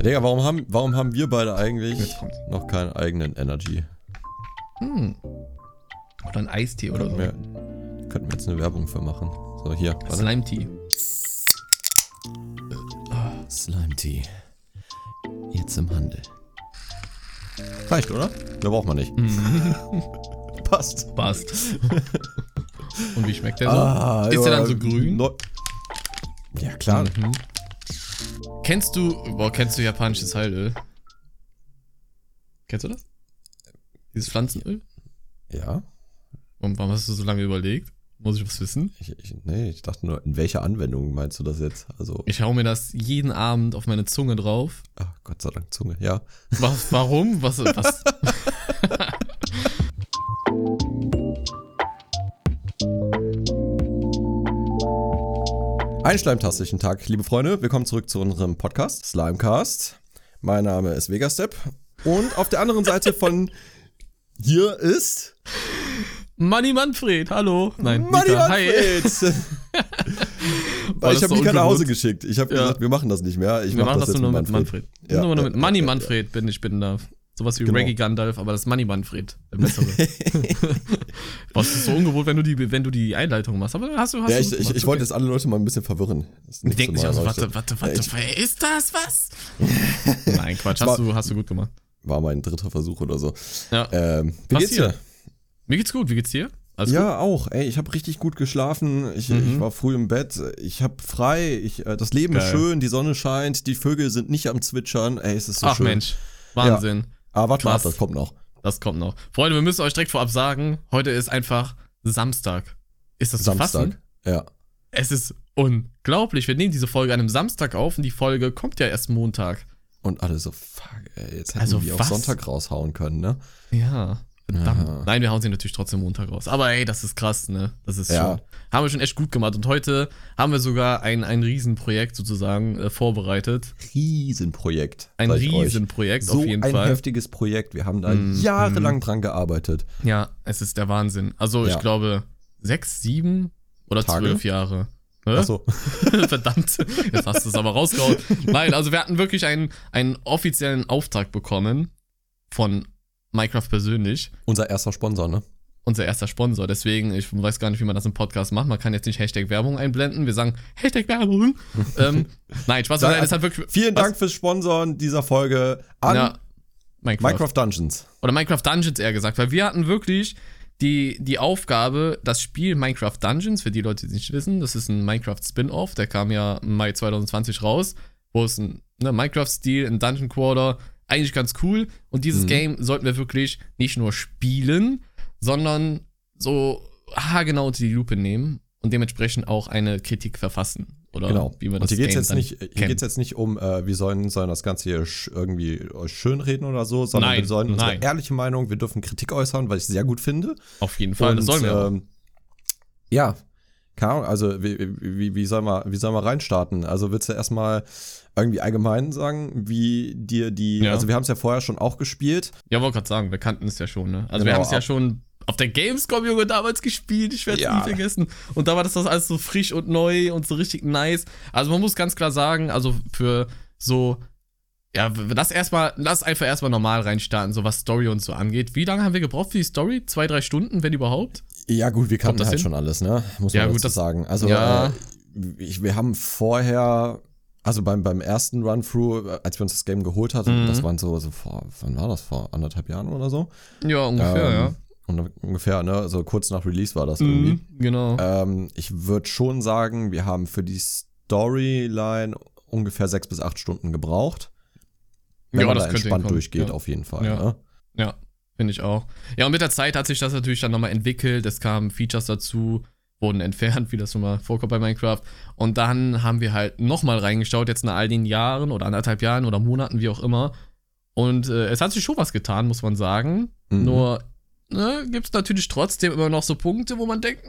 Digga, warum haben wir beide eigentlich noch keinen eigenen Energy? Oder ein Eistee oder so. Könnten wir jetzt eine Werbung für machen. So, hier. Slime-Tee. Slime-Tee. Jetzt im Handel. Reicht, oder? Mehr braucht man nicht. Passt. Und wie schmeckt der so? Ist der dann so grün? Ja, klar. Kennst du japanisches Heilöl? Kennst du das? Dieses Pflanzenöl? Ja. Und warum hast du so lange überlegt? Muss ich was wissen? Ich dachte nur, in welcher Anwendung meinst du das jetzt? Also. Ich hau mir das jeden Abend auf meine Zunge drauf. Ach, Gott sei Dank Zunge, ja. Warum? Was? Einen schleimtastischen Tag, liebe Freunde. Willkommen zurück zu unserem Podcast, Slimecast. Mein Name ist Vegastep. Und auf der anderen Seite von hier ist... Manni Manfred, hallo. Nein, Manni Manfred. Ich habe Mika nach Hause geschickt. Ich habe gesagt, wir machen das nicht mehr. Wir machen das nur mit Manfred. Ja, nur mit Manni Manfred, wenn ich bitten darf. Sowas wie Reggae Gandalf, aber das ist Manni Manfred. Der bessere. Was ist so ungewohnt, wenn du die Einleitung machst. Aber hast du ich wollte jetzt alle Leute mal ein bisschen verwirren. Die denken sich auch so, warte, ist das was? Nein, Quatsch, hast du gut gemacht. War mein dritter Versuch oder so. Ja. Wie geht's dir? Mir geht's gut, wie geht's dir? Alles gut? Auch, ey, ich habe richtig gut geschlafen, ich war früh im Bett, ich habe frei, das Leben ist schön, die Sonne scheint, die Vögel sind nicht am Zwitschern, ey, es ist so schön. Ach Mensch, Wahnsinn. Ja. Aber warte ab, das kommt noch. Das kommt noch. Freunde, wir müssen euch direkt vorab sagen, heute ist einfach Samstag. Ist das zu fassen? Ja. Es ist unglaublich, wir nehmen diese Folge an einem Samstag auf und die Folge kommt ja erst Montag. Und alle so, fuck, ey, jetzt hätten wir auf Sonntag raushauen können, ne? Ja. Verdammt. Ja. Nein, wir hauen sie natürlich trotzdem Montag raus. Aber ey, das ist krass, ne? Das ist schon. Haben wir schon echt gut gemacht. Und heute haben wir sogar ein Riesenprojekt sozusagen vorbereitet. Riesenprojekt. Ein Riesenprojekt auf jeden Fall. So ein heftiges Projekt. Wir haben da jahrelang dran gearbeitet. Ja, es ist der Wahnsinn. Also ich glaube 6, 7 oder Tage? 12 Jahre. Achso. Verdammt, jetzt hast du es aber rausgehauen. Nein, also wir hatten wirklich einen offiziellen Auftrag bekommen von Minecraft persönlich. Unser erster Sponsor, ne? Unser erster Sponsor. Deswegen, ich weiß gar nicht, wie man das im Podcast macht. Man kann jetzt nicht Hashtag Werbung einblenden. Wir sagen Hashtag Werbung. Nein, Spaß. Das hat wirklich, vielen Dank fürs Sponsoren dieser Folge an Minecraft Dungeons. Oder Minecraft Dungeons eher gesagt. Weil wir hatten wirklich die Aufgabe, das Spiel Minecraft Dungeons, für die Leute, die es nicht wissen, das ist ein Minecraft-Spin-Off. Der kam ja im Mai 2020 raus. Wo es ein Minecraft-Stil, ein Dungeon Quarter, eigentlich ganz cool. Und dieses Game sollten wir wirklich nicht nur spielen, sondern so haargenau unter die Lupe nehmen und dementsprechend auch eine Kritik verfassen. Oder genau. Wie man das und hier geht's jetzt nicht um, wir sollen das Ganze hier irgendwie schönreden oder so, sondern wir sollen unsere ehrliche Meinung, wir dürfen Kritik äußern, weil ich es sehr gut finde. Auf jeden Fall, das sollen wir auch. Ja, keine Ahnung, also wie sollen wir reinstarten? Also willst du erstmal irgendwie allgemein sagen, wie dir also wir haben es ja vorher schon auch gespielt. Ja, wollte gerade sagen, wir kannten es ja schon, ne? Also wir haben es ja schon auf der Gamescom, Junge, damals gespielt, ich werde es nie vergessen. Und da war das alles so frisch und neu und so richtig nice. Also man muss ganz klar sagen, also für so, lass einfach erstmal normal reinstarten, so was Story und so angeht. Wie lange haben wir gebraucht für die Story? 2-3 Stunden, wenn überhaupt? Ja gut, wir kannten halt schon alles, ne? Muss man dazu sagen. Also wir haben vorher, also beim ersten Run-Through, als wir uns das Game geholt hatten, das waren so wann war das? Vor 1,5 Jahren oder so? Ja, ungefähr, Ungefähr, ne? Also kurz nach Release war das irgendwie. Genau. Ich würde schon sagen, wir haben für die Storyline ungefähr 6 bis 8 Stunden gebraucht. Wenn man da entspannt durchgeht, auf jeden Fall. Ja, ne? Ja, finde ich auch. Ja, und mit der Zeit hat sich das natürlich dann nochmal entwickelt. Es kamen Features dazu, wurden entfernt, wie das schon mal vorkommt bei Minecraft. Und dann haben wir halt nochmal reingeschaut, jetzt nach all den Jahren oder 1,5 Jahren oder Monaten, wie auch immer. Und es hat sich schon was getan, muss man sagen. Nur gibt es natürlich trotzdem immer noch so Punkte, wo man denkt,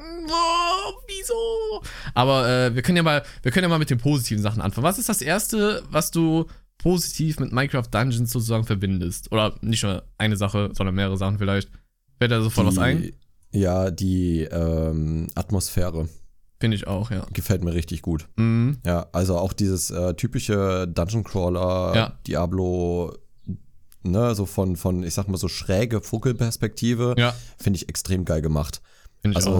wieso? Aber wir können ja mal mit den positiven Sachen anfangen. Was ist das Erste, was du positiv mit Minecraft Dungeons sozusagen verbindest? Oder nicht nur eine Sache, sondern mehrere Sachen vielleicht. Fällt da sofort was ein? Ja, die Atmosphäre. Finde ich auch, ja. Gefällt mir richtig gut. Mhm. Ja, also auch dieses typische Dungeon Crawler, Diablo, ne, so von, ich sag mal so schräge Vogelperspektive, finde ich extrem geil gemacht. Also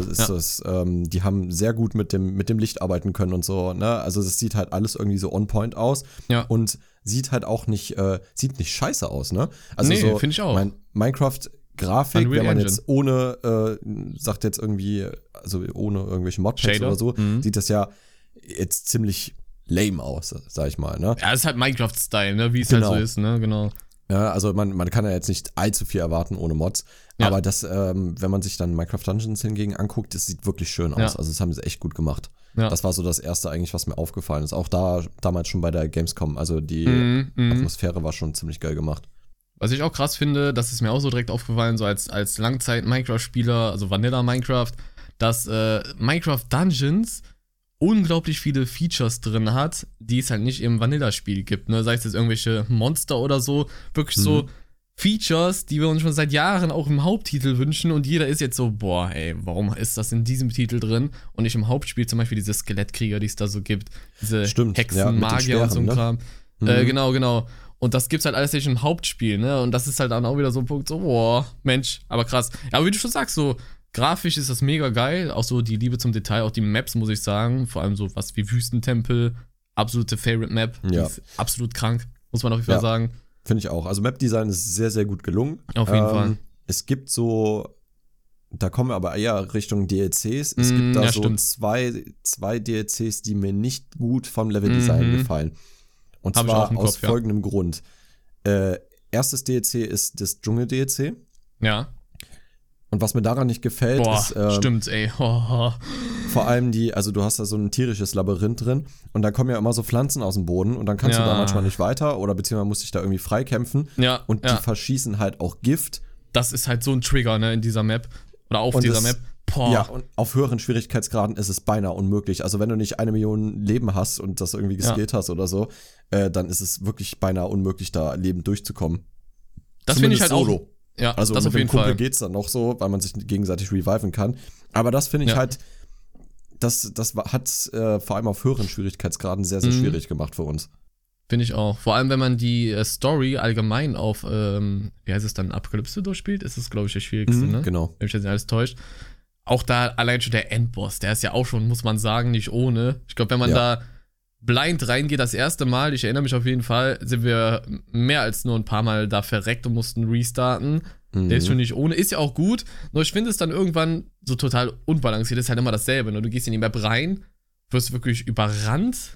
die haben sehr gut mit dem Licht arbeiten können und so, ne? Also es sieht halt alles irgendwie so on point aus und sieht halt auch nicht scheiße aus, ne? Also so, finde ich auch. Minecraft-Grafik, wenn man jetzt ohne, sagt jetzt irgendwie, also ohne irgendwelche Modpacks oder so, sieht das ja jetzt ziemlich lame aus, sag ich mal, ne? Ja, das ist halt Minecraft-Style, ne? Wie es halt so ist, ne? Genau. Ja, also man kann ja jetzt nicht allzu viel erwarten ohne Mods, aber das, wenn man sich dann Minecraft Dungeons hingegen anguckt, das sieht wirklich schön aus. Ja. Also das haben sie echt gut gemacht. Ja. Das war so das Erste eigentlich, was mir aufgefallen ist. Auch damals schon bei der Gamescom. Also die Atmosphäre war schon ziemlich geil gemacht. Was ich auch krass finde, das ist mir auch so direkt aufgefallen, so als Langzeit-Minecraft-Spieler, also Vanilla Minecraft, dass Minecraft Dungeons unglaublich viele Features drin hat, die es halt nicht im Vanilla-Spiel gibt, ne? Sei es jetzt irgendwelche Monster oder so, wirklich so Features, die wir uns schon seit Jahren auch im Haupttitel wünschen und jeder ist jetzt so, boah, ey, warum ist das in diesem Titel drin und nicht im Hauptspiel, zum Beispiel diese Skelettkrieger, die es da so gibt, diese Hexen, Magier und so ein Kram. Genau. Und das gibt's halt alles nicht im Hauptspiel, ne? Und das ist halt dann auch wieder so ein Punkt, so, boah, Mensch, aber krass. Ja, aber wie du schon sagst, so grafisch ist das mega geil, auch so die Liebe zum Detail, auch die Maps, muss ich sagen, vor allem so was wie Wüstentempel, absolute Favorite Map, die ist absolut krank, muss man auf jeden Fall sagen. Finde ich auch. Also Map-Design ist sehr, sehr gut gelungen. Auf jeden Fall. Es gibt so, da kommen wir aber eher Richtung DLCs. Es gibt da so zwei DLCs, die mir nicht gut vom Level-Design gefallen. Und zwar aus folgendem Grund. Erstes DLC ist das Dschungel-DLC. Ja. Und was mir daran nicht gefällt, ist stimmt, ey. Vor allem also du hast da so ein tierisches Labyrinth drin und dann kommen ja immer so Pflanzen aus dem Boden und dann kannst du da manchmal nicht weiter oder beziehungsweise musst dich da irgendwie freikämpfen. Und die verschießen halt auch Gift. Das ist halt so ein Trigger, ne, in dieser Map oder auf dieser Map. Ja, und auf höheren Schwierigkeitsgraden ist es beinahe unmöglich. Also wenn du nicht 1 Million Leben hast und das irgendwie geskillt hast oder so, dann ist es wirklich beinahe unmöglich, da lebend durchzukommen. Das finde ich halt solo. Auch. Ja, also das mit auf jeden dem Kumpel Fall. Geht's dann noch so, weil man sich gegenseitig reviven kann. Aber das finde ich halt, das hat vor allem auf höheren Schwierigkeitsgraden sehr, sehr schwierig gemacht für uns. Finde ich auch. Vor allem, wenn man die Story allgemein auf, wie heißt es dann, Apokalypse durchspielt, ist es, glaube ich, der schwierigste, ne? Genau. Wenn mich jetzt nicht alles täuscht. Auch da allein schon der Endboss, der ist ja auch schon, muss man sagen, nicht ohne. Ich glaube, wenn man da blind reingeht, das erste Mal, ich erinnere mich auf jeden Fall, sind wir mehr als nur ein paar Mal da verreckt und mussten restarten. Der ist schon nicht ohne, ist ja auch gut, nur ich finde es dann irgendwann so total unbalanciert, ist halt immer dasselbe. Du gehst in die Map rein, wirst wirklich überrannt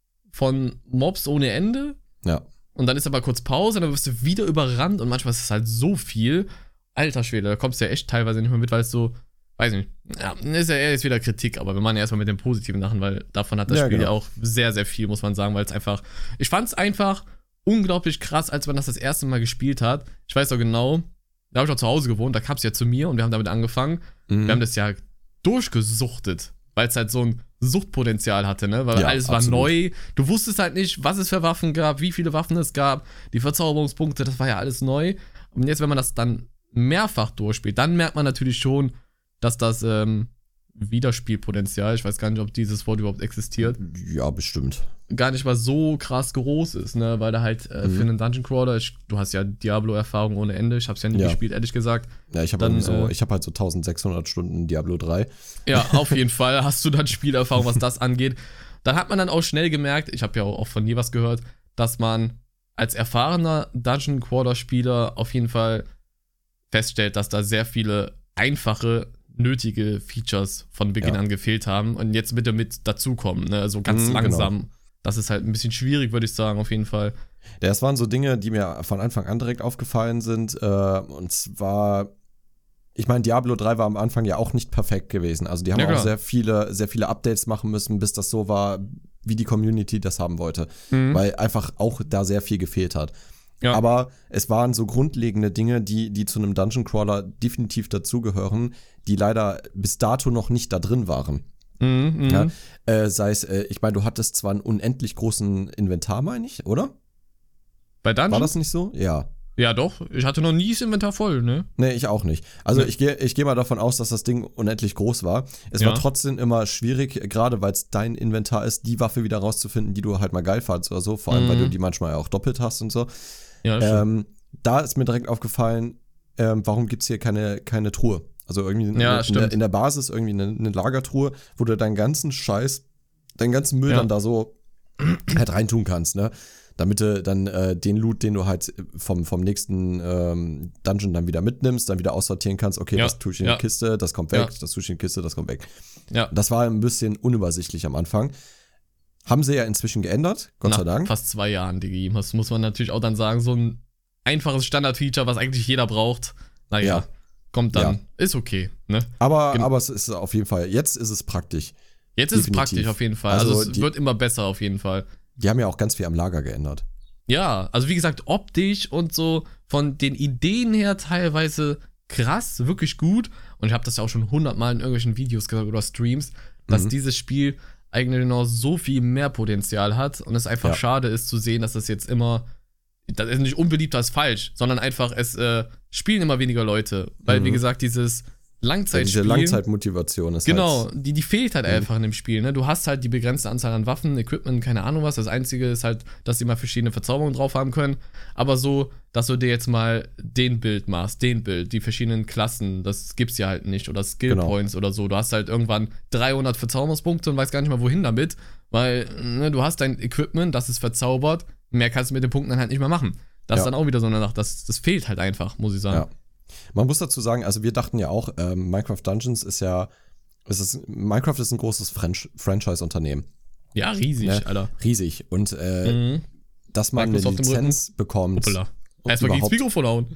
von Mobs ohne Ende. Ja. Und dann ist aber kurz Pause, dann wirst du wieder überrannt und manchmal ist es halt so viel. Alter Schwede, da kommst du ja echt teilweise nicht mehr mit, weil es so, weiß nicht, ja, ist ja eher jetzt wieder Kritik, aber wir machen ja erstmal mit dem positiven Sachen, weil davon hat das Spiel ja auch sehr, sehr viel, muss man sagen, weil es einfach, ich fand es einfach unglaublich krass, als man das erste Mal gespielt hat. Ich weiß auch genau, da habe ich auch zu Hause gewohnt, da kam es ja zu mir und wir haben damit angefangen. Wir haben das ja durchgesuchtet, weil es halt so ein Suchtpotenzial hatte, ne? Weil alles war neu. Du wusstest halt nicht, was es für Waffen gab, wie viele Waffen es gab, die Verzauberungspunkte, das war ja alles neu. Und jetzt, wenn man das dann mehrfach durchspielt, dann merkt man natürlich schon, dass das Wiederspielpotenzial, ich weiß gar nicht, ob dieses Wort überhaupt existiert. Ja, bestimmt. Gar nicht mal so krass groß ist, ne? Weil da halt für einen Dungeon Crawler, du hast ja Diablo-Erfahrung ohne Ende, ich hab's ja nie gespielt, ehrlich gesagt. Ja, ich habe halt so 1600 Stunden Diablo 3. Ja, auf jeden Fall hast du dann Spielerfahrung, was das angeht. Dann hat man dann auch schnell gemerkt, ich habe ja auch von dir was gehört, dass man als erfahrener Dungeon Crawler-Spieler auf jeden Fall feststellt, dass da sehr viele einfache, nötige Features von Beginn an gefehlt haben und jetzt bitte mit dazukommen, ne? Also ganz langsam. Genau. Das ist halt ein bisschen schwierig, würde ich sagen, auf jeden Fall. Ja, es waren so Dinge, die mir von Anfang an direkt aufgefallen sind. Und zwar, ich meine, Diablo 3 war am Anfang ja auch nicht perfekt gewesen. Also die haben auch sehr viele Updates machen müssen, bis das so war, wie die Community das haben wollte. Weil einfach auch da sehr viel gefehlt hat. Ja. Aber es waren so grundlegende Dinge, die zu einem Dungeon Crawler definitiv dazugehören, die leider bis dato noch nicht da drin waren. Ja, sei es, ich meine, du hattest zwar einen unendlich großen Inventar, meine ich, oder? Bei Dungeons? War das nicht so? Ja. Ja, doch. Ich hatte noch nie das Inventar voll, ne? Nee, ich auch nicht. Also ich gehe mal davon aus, dass das Ding unendlich groß war. Es war trotzdem immer schwierig, gerade weil es dein Inventar ist, die Waffe wieder rauszufinden, die du halt mal geil fandst oder so. Vor allem, weil du die manchmal auch doppelt hast und so. Ja, da ist mir direkt aufgefallen, warum gibt es hier keine Truhe? Also irgendwie in der Basis irgendwie eine Lagertruhe, wo du deinen ganzen Scheiß, deinen ganzen Müll dann da so halt reintun kannst, ne? Damit du dann den Loot, den du halt vom nächsten Dungeon dann wieder mitnimmst, dann wieder aussortieren kannst, okay, das tue ich in die Kiste, das kommt weg, das tue ich in die Kiste, das kommt weg. Ja. Das war ein bisschen unübersichtlich am Anfang. Haben sie ja inzwischen geändert, Gott sei Dank. Fast 2 Jahren, Digi. Das muss man natürlich auch dann sagen, so ein einfaches Standard-Feature, was eigentlich jeder braucht, kommt dann, ist okay, ne? Aber es ist auf jeden Fall, jetzt ist es praktisch. Jetzt ist es praktisch auf jeden Fall, also es wird immer besser auf jeden Fall. Die haben ja auch ganz viel am Lager geändert. Ja, also wie gesagt, optisch und so von den Ideen her teilweise krass, wirklich gut. Und ich habe das ja auch schon 100-mal in irgendwelchen Videos gesagt oder Streams, dass dieses Spiel eigentlich noch so viel mehr Potenzial hat und es einfach schade ist zu sehen, dass das jetzt immer, das ist nicht unbeliebt als falsch, sondern einfach es spielen immer weniger Leute. Weil, wie gesagt, dieses Langzeitspiel. Diese Langzeitmotivation ist genau, halt. Die fehlt halt einfach in dem Spiel. Ne? Du hast halt die begrenzte Anzahl an Waffen, Equipment, keine Ahnung was. Das Einzige ist halt, dass sie mal verschiedene Verzauberungen drauf haben können. Aber so, dass du dir jetzt mal den Bild machst, die verschiedenen Klassen, das gibt's ja halt nicht. Oder Skill Points oder so. Du hast halt irgendwann 300 Verzauberungspunkte und weißt gar nicht mal, wohin damit. Weil du hast dein Equipment, das ist verzaubert. Mehr kannst du mit den Punkten dann halt nicht mehr machen. Das ist dann auch wieder so eine Sache. Das fehlt halt einfach, muss ich sagen. Ja. Man muss dazu sagen, also wir dachten ja auch, Minecraft Dungeons Minecraft ist ein großes Franchise-Unternehmen. Ja, riesig, ne? Alter. Riesig. Und dass man eine Lizenz bekommt. Erstmal gegen das Mikrofon hauen.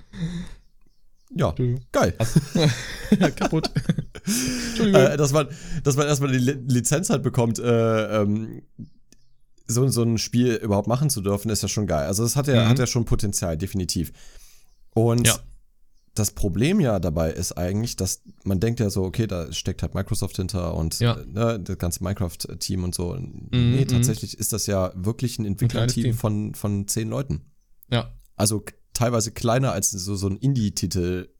Ja, geil. Kaputt. Dass man erstmal die Lizenz halt bekommt, so ein Spiel überhaupt machen zu dürfen, ist ja schon geil. Also das hat ja schon Potenzial, definitiv. Und das Problem ja dabei ist eigentlich, dass man denkt ja so, okay, da steckt halt Microsoft hinter und das ganze Minecraft-Team und so. Nee, tatsächlich ist das ja wirklich ein Entwicklerteam von 10 Leuten. Ja. Also teilweise kleiner als so ein Indie-Titel.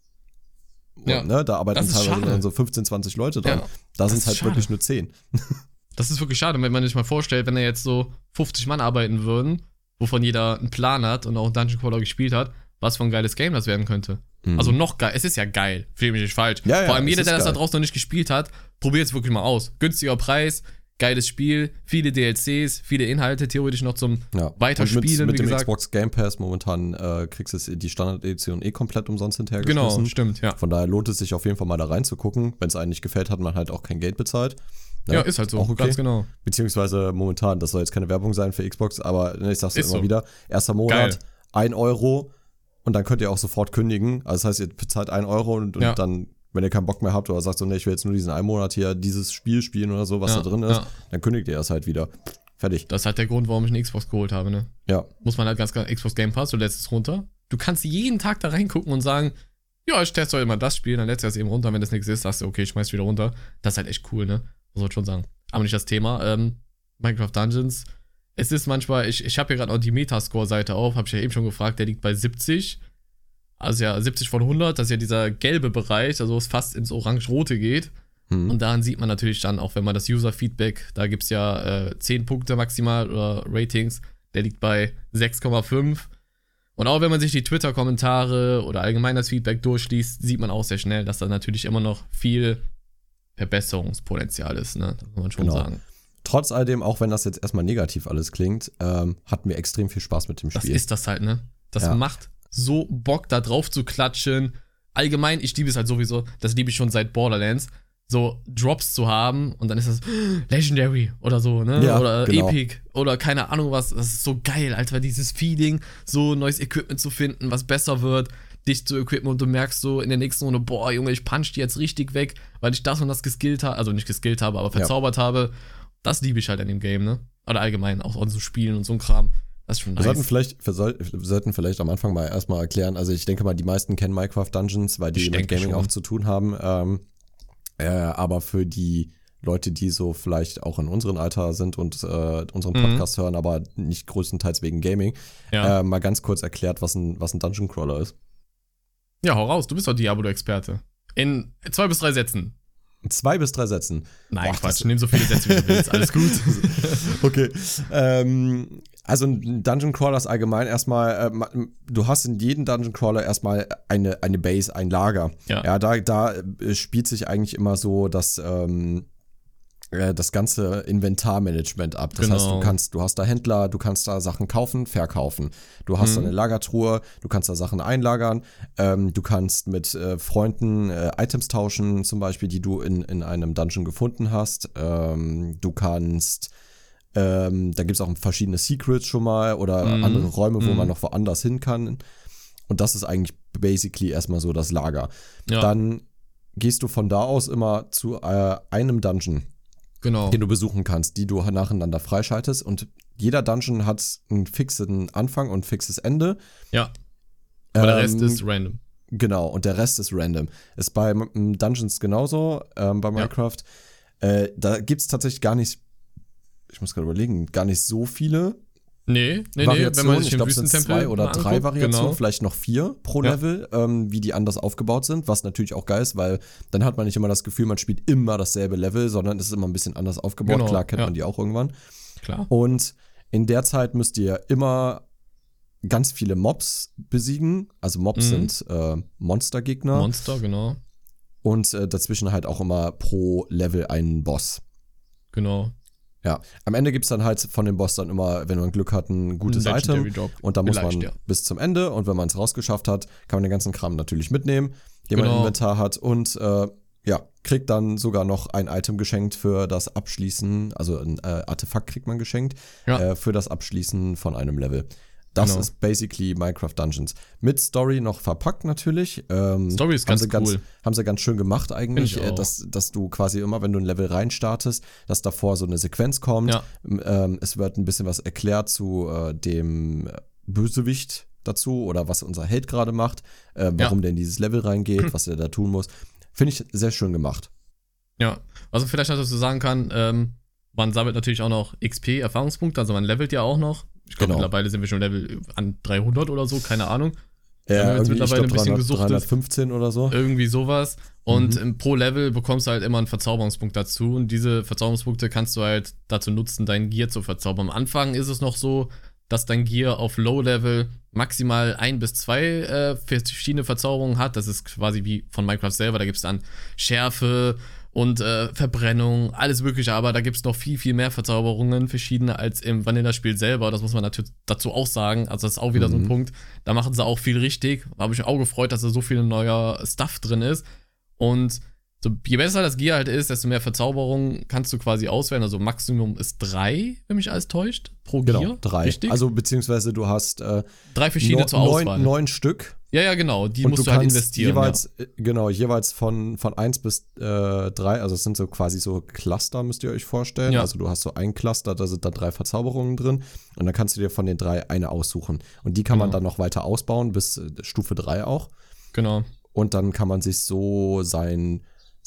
Ja. Ne? Da arbeiten teilweise dann so 15, 20 Leute dran. Ja. Da sind es halt wirklich nur 10. Das ist wirklich schade, wenn man sich mal vorstellt, wenn da jetzt so 50 Mann arbeiten würden, wovon jeder einen Plan hat und auch einen Dungeon Crawler gespielt hat, was für ein geiles Game das werden könnte. Also noch geil. Es ist ja geil. Fühl mich nicht falsch. Ja, vor allem jeder, der das da draußen noch nicht gespielt hat, probiert es wirklich mal aus. Günstiger Preis, geiles Spiel, viele DLCs, viele Inhalte theoretisch noch zum Weiterspielen. Mit dem Xbox Game Pass momentan kriegst du die Standard-Edition komplett umsonst hinterhergeschmissen. Genau, stimmt, ja. Von daher lohnt es sich auf jeden Fall mal da reinzugucken. Wenn es einem nicht gefällt, hat man halt auch kein Geld bezahlt. Ja, ist halt so, auch okay. Ganz genau. Beziehungsweise momentan, das soll jetzt keine Werbung sein für Xbox, aber ich sag's immer wieder, erster Monat, 1 Euro und dann könnt ihr auch sofort kündigen. Also das heißt, ihr bezahlt 1 Euro und dann, wenn ihr keinen Bock mehr habt oder sagt so, ne, ich will jetzt nur diesen 1 Monat hier dieses Spiel spielen oder so, was da drin ist, dann kündigt ihr das halt wieder. Fertig. Das ist halt der Grund, warum ich eine Xbox geholt habe, ne? Ja. Muss man halt ganz klar, Xbox Game Pass, du lädst es runter. Du kannst jeden Tag da reingucken und sagen, ja, ich teste heute mal das Spiel, dann lädst du das eben runter. Wenn das nichts ist, sagst du, okay, ich schmeiß wieder runter. Das ist halt echt cool, ne? Muss man schon sagen. Aber nicht das Thema. Minecraft Dungeons. Es ist manchmal, ich habe hier gerade auch die Metascore-Seite auf, habe ich ja eben schon gefragt, der liegt bei 70. Also ja, 70 von 100, das ist ja dieser gelbe Bereich, also wo es fast ins Orange-Rote geht. Und daran sieht man natürlich dann, auch wenn man das User-Feedback, da gibt es ja 10 Punkte maximal oder Ratings, der liegt bei 6,5. Und auch wenn man sich die Twitter-Kommentare oder allgemein das Feedback durchliest, sieht man auch sehr schnell, dass da natürlich immer noch viel Verbesserungspotenzial ist, ne? Das muss man schon sagen. Trotz alledem, auch wenn das jetzt erstmal negativ alles klingt, hatten wir extrem viel Spaß mit dem Spiel. Das ist das halt, ne? Das macht so Bock, da drauf zu klatschen. Allgemein, ich liebe es halt sowieso, das liebe ich schon seit Borderlands, so Drops zu haben und dann ist das Legendary oder so, ne? Ja, oder Epic oder keine Ahnung was. Das ist so geil, Alter, dieses Feeling, so neues Equipment zu finden, was besser wird, dich zu equippen und du merkst so in der nächsten Runde, boah, Junge, ich punch die jetzt richtig weg, weil ich das und das geskillt habe, also nicht geskillt habe, aber verzaubert habe. Das liebe ich halt an dem Game, ne? Oder allgemein, auch an so Spielen und so ein Kram. Das ist schon nice. Wir sollten vielleicht am Anfang mal erstmal erklären, also ich denke mal, die meisten kennen Minecraft Dungeons, weil die mit Gaming auch zu tun haben. Aber für die Leute, die so vielleicht auch in unserem Alter sind und unseren Podcast hören, aber nicht größtenteils wegen Gaming, mal ganz kurz erklärt, was ein Dungeon Crawler ist. Ja, hau raus, du bist doch Diablo-Experte. In 2 bis 3 Sätzen. 2 bis 3 Sätzen. Nein, Quatsch, nimm so viele Sätze, wie du willst. Alles gut. Okay. Also ein Dungeon Crawler ist allgemein erstmal, du hast in jedem Dungeon Crawler erstmal eine Base, ein Lager. Ja, da spielt sich eigentlich immer so das ganze Inventarmanagement ab. Das heißt, du hast da Händler, du kannst da Sachen kaufen, verkaufen. Du hast da eine Lagertruhe, du kannst da Sachen einlagern. Du kannst mit Freunden Items tauschen, zum Beispiel, die du in einem Dungeon gefunden hast. Du kannst, da gibt es auch verschiedene Secrets schon mal oder andere Räume, wo man noch woanders hin kann. Und das ist eigentlich basically erstmal so das Lager. Ja. Dann gehst du von da aus immer zu einem Dungeon. Genau. Den du besuchen kannst, die du nacheinander freischaltest. Und jeder Dungeon hat einen fixen Anfang und ein fixes Ende. Ja. Aber der Rest ist random. Genau, und der Rest ist random. Ist bei Dungeons genauso, bei Minecraft. Da gibt es tatsächlich gar nicht, ich muss gerade überlegen, gar nicht so viele Variationen. Wenn man sich ich glaube, es sind 2 oder 3 Variationen, vielleicht noch 4 pro Level, wie die anders aufgebaut sind, was natürlich auch geil ist, weil dann hat man nicht immer das Gefühl, man spielt immer dasselbe Level, sondern es ist immer ein bisschen anders aufgebaut. Klar kennt man die auch irgendwann. Klar. Und in der Zeit müsst ihr immer ganz viele Mobs besiegen. Also Mobs sind Monstergegner. Monster, genau. Und dazwischen halt auch immer pro Level einen Boss. Genau. Ja, am Ende gibt es dann halt von dem Boss dann immer, wenn man Glück hat, ein gutes Item. Und da muss man bis zum Ende. Und wenn man es rausgeschafft hat, kann man den ganzen Kram natürlich mitnehmen, den man im Inventar hat. Und kriegt dann sogar noch ein Item geschenkt für das Abschließen. Also ein Artefakt kriegt man geschenkt für das Abschließen von einem Level. Das ist basically Minecraft Dungeons. Mit Story noch verpackt natürlich. Story ist ganz cool. Haben sie ganz schön gemacht eigentlich, dass du quasi immer, wenn du ein Level reinstartest, dass davor so eine Sequenz kommt. Ja. Es wird ein bisschen was erklärt zu dem Bösewicht dazu oder was unser Held gerade macht, warum der in dieses Level reingeht, was er da tun muss. Finde ich sehr schön gemacht. Ja, also vielleicht noch dazu sagen kann, man sammelt natürlich auch noch XP, Erfahrungspunkte, also man levelt ja auch noch. Ich glaube, mittlerweile sind wir schon Level an 300 oder so, keine Ahnung. Ja, haben jetzt mittlerweile ein bisschen gesuchtet. 315 oder so. Irgendwie sowas. Und pro Level bekommst du halt immer einen Verzauberungspunkt dazu. Und diese Verzauberungspunkte kannst du halt dazu nutzen, dein Gear zu verzaubern. Am Anfang ist es noch so, dass dein Gear auf Low-Level maximal 1 bis 2 verschiedene Verzauberungen hat. Das ist quasi wie von Minecraft selber. Da gibt es dann Schärfe und Verbrennung, alles mögliche, aber da gibt es noch viel, viel mehr Verzauberungen, verschiedene als im Vanilla-Spiel selber, das muss man natürlich dazu auch sagen, also das ist auch wieder so ein Punkt, da machen sie auch viel richtig, da habe ich mich auch gefreut, dass da so viel neuer Stuff drin ist und so, je besser das Gear halt ist, desto mehr Verzauberungen kannst du quasi auswählen, also Maximum ist 3, wenn mich alles täuscht, pro Gear. Genau, 3. Richtig? Also beziehungsweise du hast 3 verschiedene zur Auswahl. 9 Stück. Ja, genau, die musst du halt investieren. Jeweils von 1 bis 3, also es sind so quasi so Cluster, müsst ihr euch vorstellen. Ja. Also du hast so ein Cluster, da sind dann 3 Verzauberungen drin und dann kannst du dir von den 3 eine aussuchen. Und die kann man dann noch weiter ausbauen, bis Stufe 3 auch. Genau. Und dann kann man sich so sein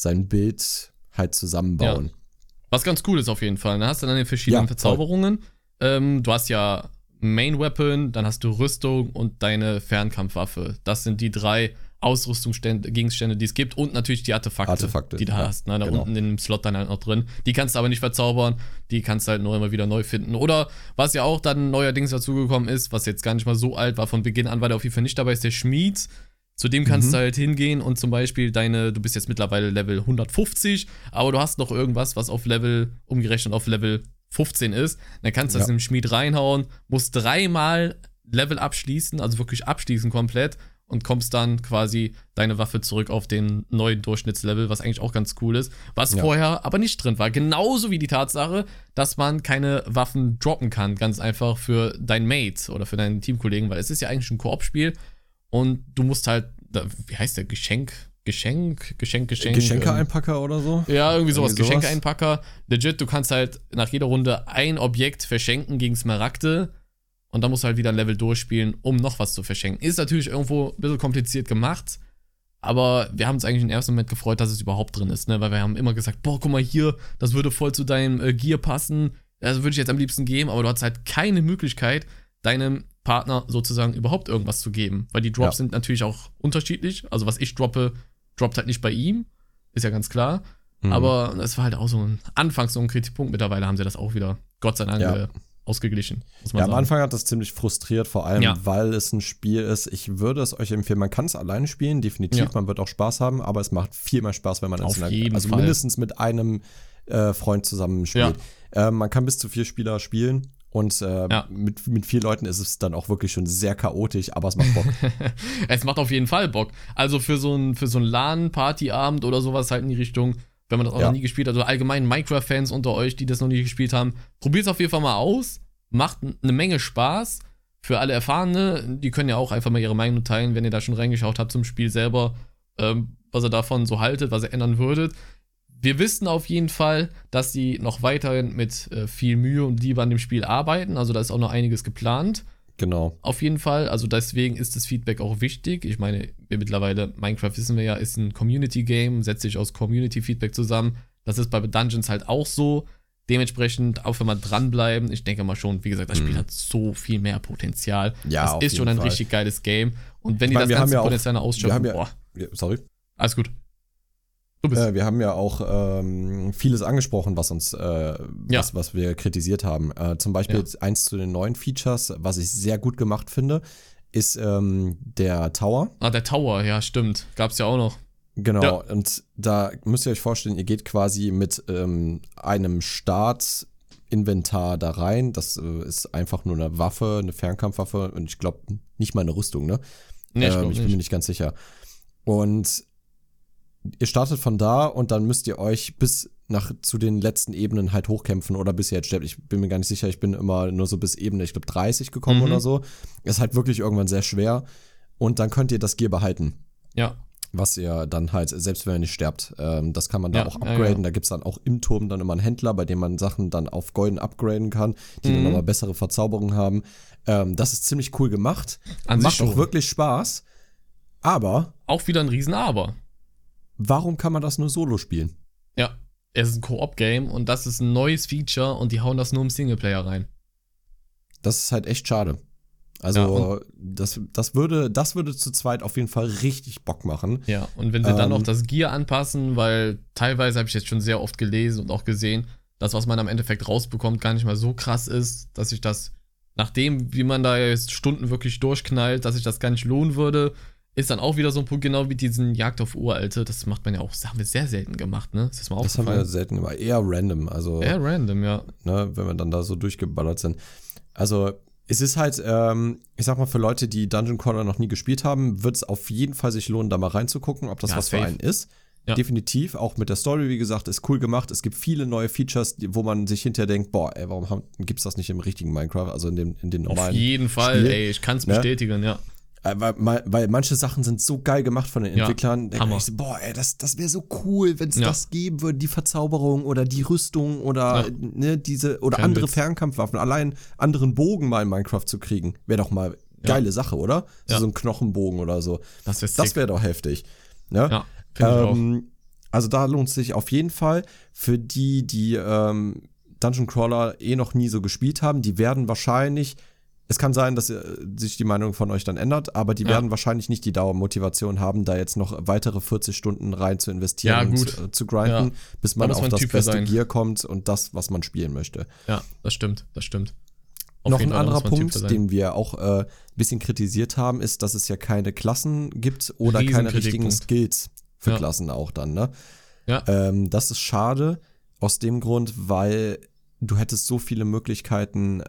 Bild halt zusammenbauen. Ja. Was ganz cool ist auf jeden Fall. Dann hast du dann die verschiedenen Verzauberungen. Du hast ja Main Weapon, dann hast du Rüstung und deine Fernkampfwaffe. Das sind die 3 Ausrüstungsgegenstände, die es gibt und natürlich die Artefakte die du hast. Ne? Da unten in dem Slot dann halt noch drin. Die kannst du aber nicht verzaubern, die kannst du halt nur immer wieder neu finden. Oder was ja auch dann neuerdings dazugekommen ist, was jetzt gar nicht mal so alt war, von Beginn an war der auf jeden Fall nicht dabei, ist der Schmied. Zu dem kannst du halt hingehen und zum Beispiel du bist jetzt mittlerweile Level 150, aber du hast noch irgendwas, was auf Level, umgerechnet auf Level 15 ist. Dann kannst du das in den Schmied reinhauen, musst 3-mal Level abschließen, also wirklich abschließen komplett und kommst dann quasi deine Waffe zurück auf den neuen Durchschnittslevel, was eigentlich auch ganz cool ist, was vorher aber nicht drin war. Genauso wie die Tatsache, dass man keine Waffen droppen kann, ganz einfach für dein Mate oder für deinen Teamkollegen, weil es ist ja eigentlich ein Koop-Spiel. Und du musst halt, wie heißt der, Geschenke-Einpacker oder so? Ja, irgendwie sowas. Geschenke-Einpacker. Legit, du kannst halt nach jeder Runde ein Objekt verschenken gegen Smaragde und dann musst du halt wieder ein Level durchspielen, um noch was zu verschenken. Ist natürlich irgendwo ein bisschen kompliziert gemacht, Aber wir haben uns eigentlich im ersten Moment gefreut, dass es überhaupt drin ist, ne? Weil wir haben immer gesagt, boah, guck mal hier, das würde voll zu deinem Gear passen. Das würde ich jetzt am liebsten geben, aber du hast halt keine Möglichkeit, deinem Partner sozusagen überhaupt irgendwas zu geben. Weil die Drops sind natürlich auch unterschiedlich. Also was ich droppe, droppt halt nicht bei ihm. Ist ja ganz klar. Aber das war halt auch anfangs so ein Kritikpunkt. Mittlerweile haben sie das auch wieder, Gott sei Dank, ausgeglichen. Muss man sagen. Am Anfang hat das ziemlich frustriert, vor allem, weil es ein Spiel ist. Ich würde es euch empfehlen, man kann es alleine spielen, definitiv. Man wird auch Spaß haben, aber es macht viel mehr Spaß, wenn man mindestens mit einem Freund zusammen spielt. Man kann bis zu 4 Spieler spielen. Und mit 4 Leuten ist es dann auch wirklich schon sehr chaotisch, aber es macht Bock. Es macht auf jeden Fall Bock. Also für so einen LAN-Party-Abend oder sowas halt in die Richtung, wenn man das auch noch nie gespielt hat, oder allgemein Minecraft-Fans unter euch, die das noch nie gespielt haben, probiert es auf jeden Fall mal aus. Macht eine Menge Spaß. Für alle Erfahrene, die können ja auch einfach mal ihre Meinung teilen, wenn ihr da schon reingeschaut habt zum Spiel selber, was ihr davon so haltet, was ihr ändern würdet. Wir wissen auf jeden Fall, dass sie noch weiterhin mit viel Mühe und Liebe an dem Spiel arbeiten. Also da ist auch noch einiges geplant. Genau. Auf jeden Fall. Also deswegen ist das Feedback auch wichtig. Ich meine, Minecraft wissen wir ja, ist ein Community-Game, setzt sich aus Community-Feedback zusammen. Das ist bei Dungeons halt auch so. Dementsprechend auch wenn wir dranbleiben. Ich denke mal schon, wie gesagt, das Spiel hat so viel mehr Potenzial. Ja, das ist schon ein richtig geiles Game. Und wenn die das ganze Potenzial ausschöpfen, sorry. Alles gut. Wir haben ja auch vieles angesprochen, was uns, was wir kritisiert haben. Zum Beispiel eins zu den neuen Features, was ich sehr gut gemacht finde, ist der Tower. Der Tower, ja, stimmt. Gab's ja auch noch. Genau, und da müsst ihr euch vorstellen, ihr geht quasi mit einem Startinventar da rein. Das ist einfach nur eine Waffe, eine Fernkampfwaffe und ich glaube nicht mal eine Rüstung, ne? Nee, ich bin mir nicht ganz sicher. Und ihr startet von da und dann müsst ihr euch bis zu den letzten Ebenen halt hochkämpfen oder bis ihr jetzt sterbt. Ich bin mir gar nicht sicher, ich bin immer nur so bis Ebene, ich glaube 30 gekommen oder so. Ist halt wirklich irgendwann sehr schwer und dann könnt ihr das Gear behalten. Ja. Was ihr dann halt, selbst wenn ihr nicht sterbt, das kann man da auch upgraden. Da gibt es dann auch im Turm dann immer einen Händler, bei dem man Sachen dann auf golden upgraden kann, die dann aber bessere Verzauberungen haben. Das ist ziemlich cool gemacht. Macht auch wirklich Spaß. Aber auch wieder ein Riesen-Aber. Warum kann man das nur solo spielen? Ja, es ist ein Koop-Game und das ist ein neues Feature und die hauen das nur im Singleplayer rein. Das ist halt echt schade. Also, das würde zu zweit auf jeden Fall richtig Bock machen. Ja, und wenn sie dann noch das Gear anpassen, weil teilweise habe ich jetzt schon sehr oft gelesen und auch gesehen, dass was man am Endeffekt rausbekommt, gar nicht mal so krass ist, dass sich das, nachdem, wie man da jetzt Stunden wirklich durchknallt, dass sich das gar nicht lohnen würde. Ist dann auch wieder so ein Punkt, genau wie diesen Jagd auf Uralte. Das macht man ja auch, das haben wir sehr selten gemacht, ne? Ist das mal aufgefallen? Das haben wir selten gemacht. Eher random, also. Eher random, ja. Ne, wenn wir dann da so durchgeballert sind. Also, es ist halt, ich sag mal, für Leute, die Dungeon Crawler noch nie gespielt haben, wird es auf jeden Fall sich lohnen, da mal reinzugucken, ob das was für einen ist. Ja. Definitiv, auch mit der Story, wie gesagt, ist cool gemacht. Es gibt viele neue Features, wo man sich hinterher denkt, boah, ey, warum gibt's das nicht im richtigen Minecraft, also in den normalen Auf jeden Fall, Spiel, ey, ich kann es bestätigen, ja. Weil manche Sachen sind so geil gemacht von den Entwicklern. Da ich so, boah, ey, das wäre so cool, wenn es das geben würde, die Verzauberung oder die Rüstung oder diese oder andere Fernkampfwaffen, allein anderen Bogen mal in Minecraft zu kriegen, wäre doch mal geile Sache, oder? Ja. So ein Knochenbogen oder so. Das wäre doch heftig. Ne? Ja, finde ich auch. Also da lohnt es sich auf jeden Fall. Für die Dungeon Crawler noch nie so gespielt haben, die werden wahrscheinlich. Es kann sein, dass sich die Meinung von euch dann ändert, aber die werden wahrscheinlich nicht die Dauermotivation haben, da jetzt noch weitere 40 Stunden rein zu investieren und zu grinden, bis man auf das beste Gear kommt und das, was man spielen möchte. Ja, das stimmt. Noch ein anderer Punkt, den wir auch ein bisschen kritisiert haben, ist, dass es ja keine Klassen gibt oder keine richtigen Skills für Klassen auch dann, ne? Ja. Das ist schade, aus dem Grund, weil du hättest so viele Möglichkeiten,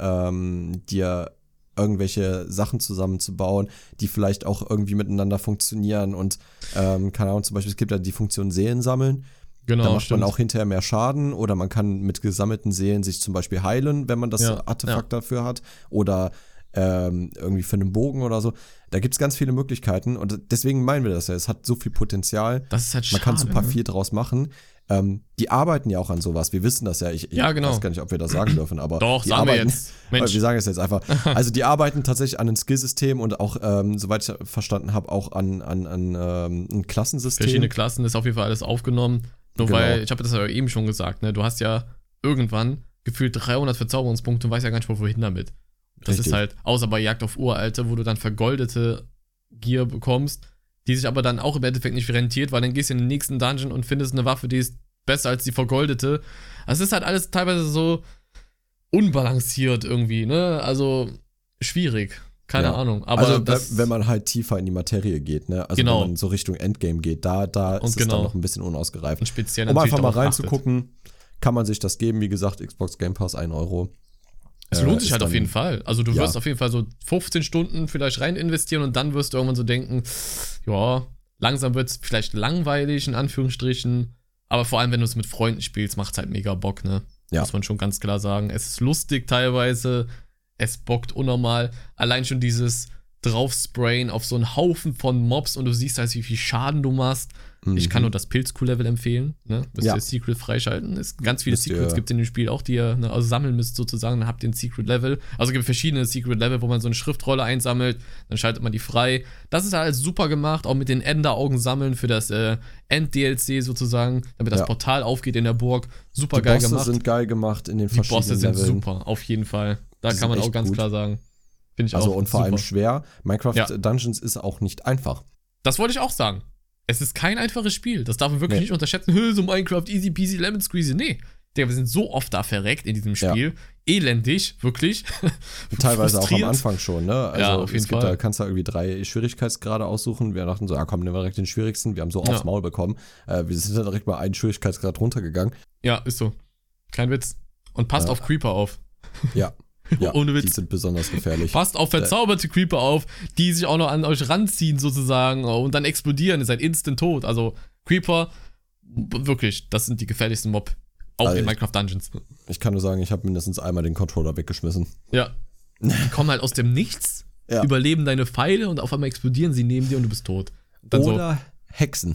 dir irgendwelche Sachen zusammenzubauen, die vielleicht auch irgendwie miteinander funktionieren und keine Ahnung, zum Beispiel, es gibt ja die Funktion Seelen sammeln. Genau, da macht man auch hinterher mehr Schaden oder man kann mit gesammelten Seelen sich zum Beispiel heilen, wenn man das Artefakt dafür hat oder irgendwie für einen Bogen oder so. Da gibt es ganz viele Möglichkeiten und deswegen meinen wir das ja. Es hat so viel Potenzial. Das ist halt schade, man kann super viel draus machen. Die arbeiten ja auch an sowas. Wir wissen das ja. Ich genau. weiß gar nicht, ob wir das sagen dürfen, aber doch, die sagen arbeiten, wir jetzt. Mensch. Wir sagen es jetzt einfach. Also die arbeiten tatsächlich an einem Skillsystem und auch, soweit ich verstanden habe, auch an ein Klassensystem. Verschiedene Klassen ist auf jeden Fall alles aufgenommen. Nur weil, ich habe das ja eben schon gesagt, ne, du hast ja irgendwann gefühlt 300 Verzauberungspunkte und weißt ja gar nicht, wohin damit. Das ist halt, außer bei Jagd auf Uralte, wo du dann vergoldete Gear bekommst, die sich aber dann auch im Endeffekt nicht rentiert, weil dann gehst du in den nächsten Dungeon und findest eine Waffe, die ist besser als die vergoldete. Also es ist halt alles teilweise so unbalanciert irgendwie, ne? Also schwierig. Keine Ahnung. Aber also wenn man halt tiefer in die Materie geht, ne? Also wenn man so Richtung Endgame geht, da ist es dann noch ein bisschen unausgereift. Speziell um einfach mal reinzugucken, kann man sich das geben. Wie gesagt, Xbox Game Pass 1 €. Es lohnt sich halt auf jeden Fall. Also du wirst auf jeden Fall so 15 Stunden vielleicht rein investieren und dann wirst du irgendwann so denken, ja, langsam wird es vielleicht langweilig, in Anführungsstrichen. Aber vor allem, wenn du es mit Freunden spielst, macht es halt mega Bock, ne? Ja. Muss man schon ganz klar sagen. Es ist lustig teilweise. Es bockt unnormal. Allein schon dieses Draufsprayen auf so einen Haufen von Mobs und du siehst halt, wie viel Schaden du machst. Ich kann nur das Pilz-Q-Level empfehlen. Ne? Müsst ihr das Secret freischalten. Es ganz viele Secrets gibt in dem Spiel auch, die ihr also sammeln müsst sozusagen. Dann habt ihr ein Secret-Level. Also es gibt verschiedene Secret-Level, wo man so eine Schriftrolle einsammelt. Dann schaltet man die frei. Das ist halt super gemacht. Auch mit den Enderaugen sammeln für das End-DLC sozusagen. Damit das Portal aufgeht in der Burg. Super geil gemacht. Die Bosse sind geil gemacht in den verschiedenen Leveln. Die Bosse sind super, auf jeden Fall. Da kann man auch ganz klar sagen. Finde ich auch. Also und vor allem schwer. Minecraft Dungeons ist auch nicht einfach. Das wollte ich auch sagen. Es ist kein einfaches Spiel. Das darf man wirklich nicht unterschätzen. So Minecraft, easy peasy, lemon squeezy. Nee. Digga, wir sind so oft da verreckt in diesem Spiel. Elendig, wirklich. Teilweise auch am Anfang schon, ne? Also auf jeden Fall. Da kannst du irgendwie 3 Schwierigkeitsgrade aussuchen. Wir dachten so, komm, nehmen wir direkt den schwierigsten. Wir haben so aufs Maul bekommen. Wir sind dann direkt mal einen Schwierigkeitsgrad runtergegangen. Ja, ist so. Kein Witz. Und passt auf Creeper auf. Ja. Ja, ohne Witz. Die sind besonders gefährlich. Passt auf verzauberte Creeper auf, die sich auch noch an euch ranziehen sozusagen und dann explodieren. Ihr seid instant tot. Also Creeper, wirklich, das sind die gefährlichsten Mob. Auch in Minecraft Dungeons. Ich kann nur sagen, ich habe mindestens einmal den Controller weggeschmissen. Ja. Die kommen halt aus dem Nichts, überleben deine Pfeile und auf einmal explodieren sie neben dir und du bist tot. Dann oder Hexen.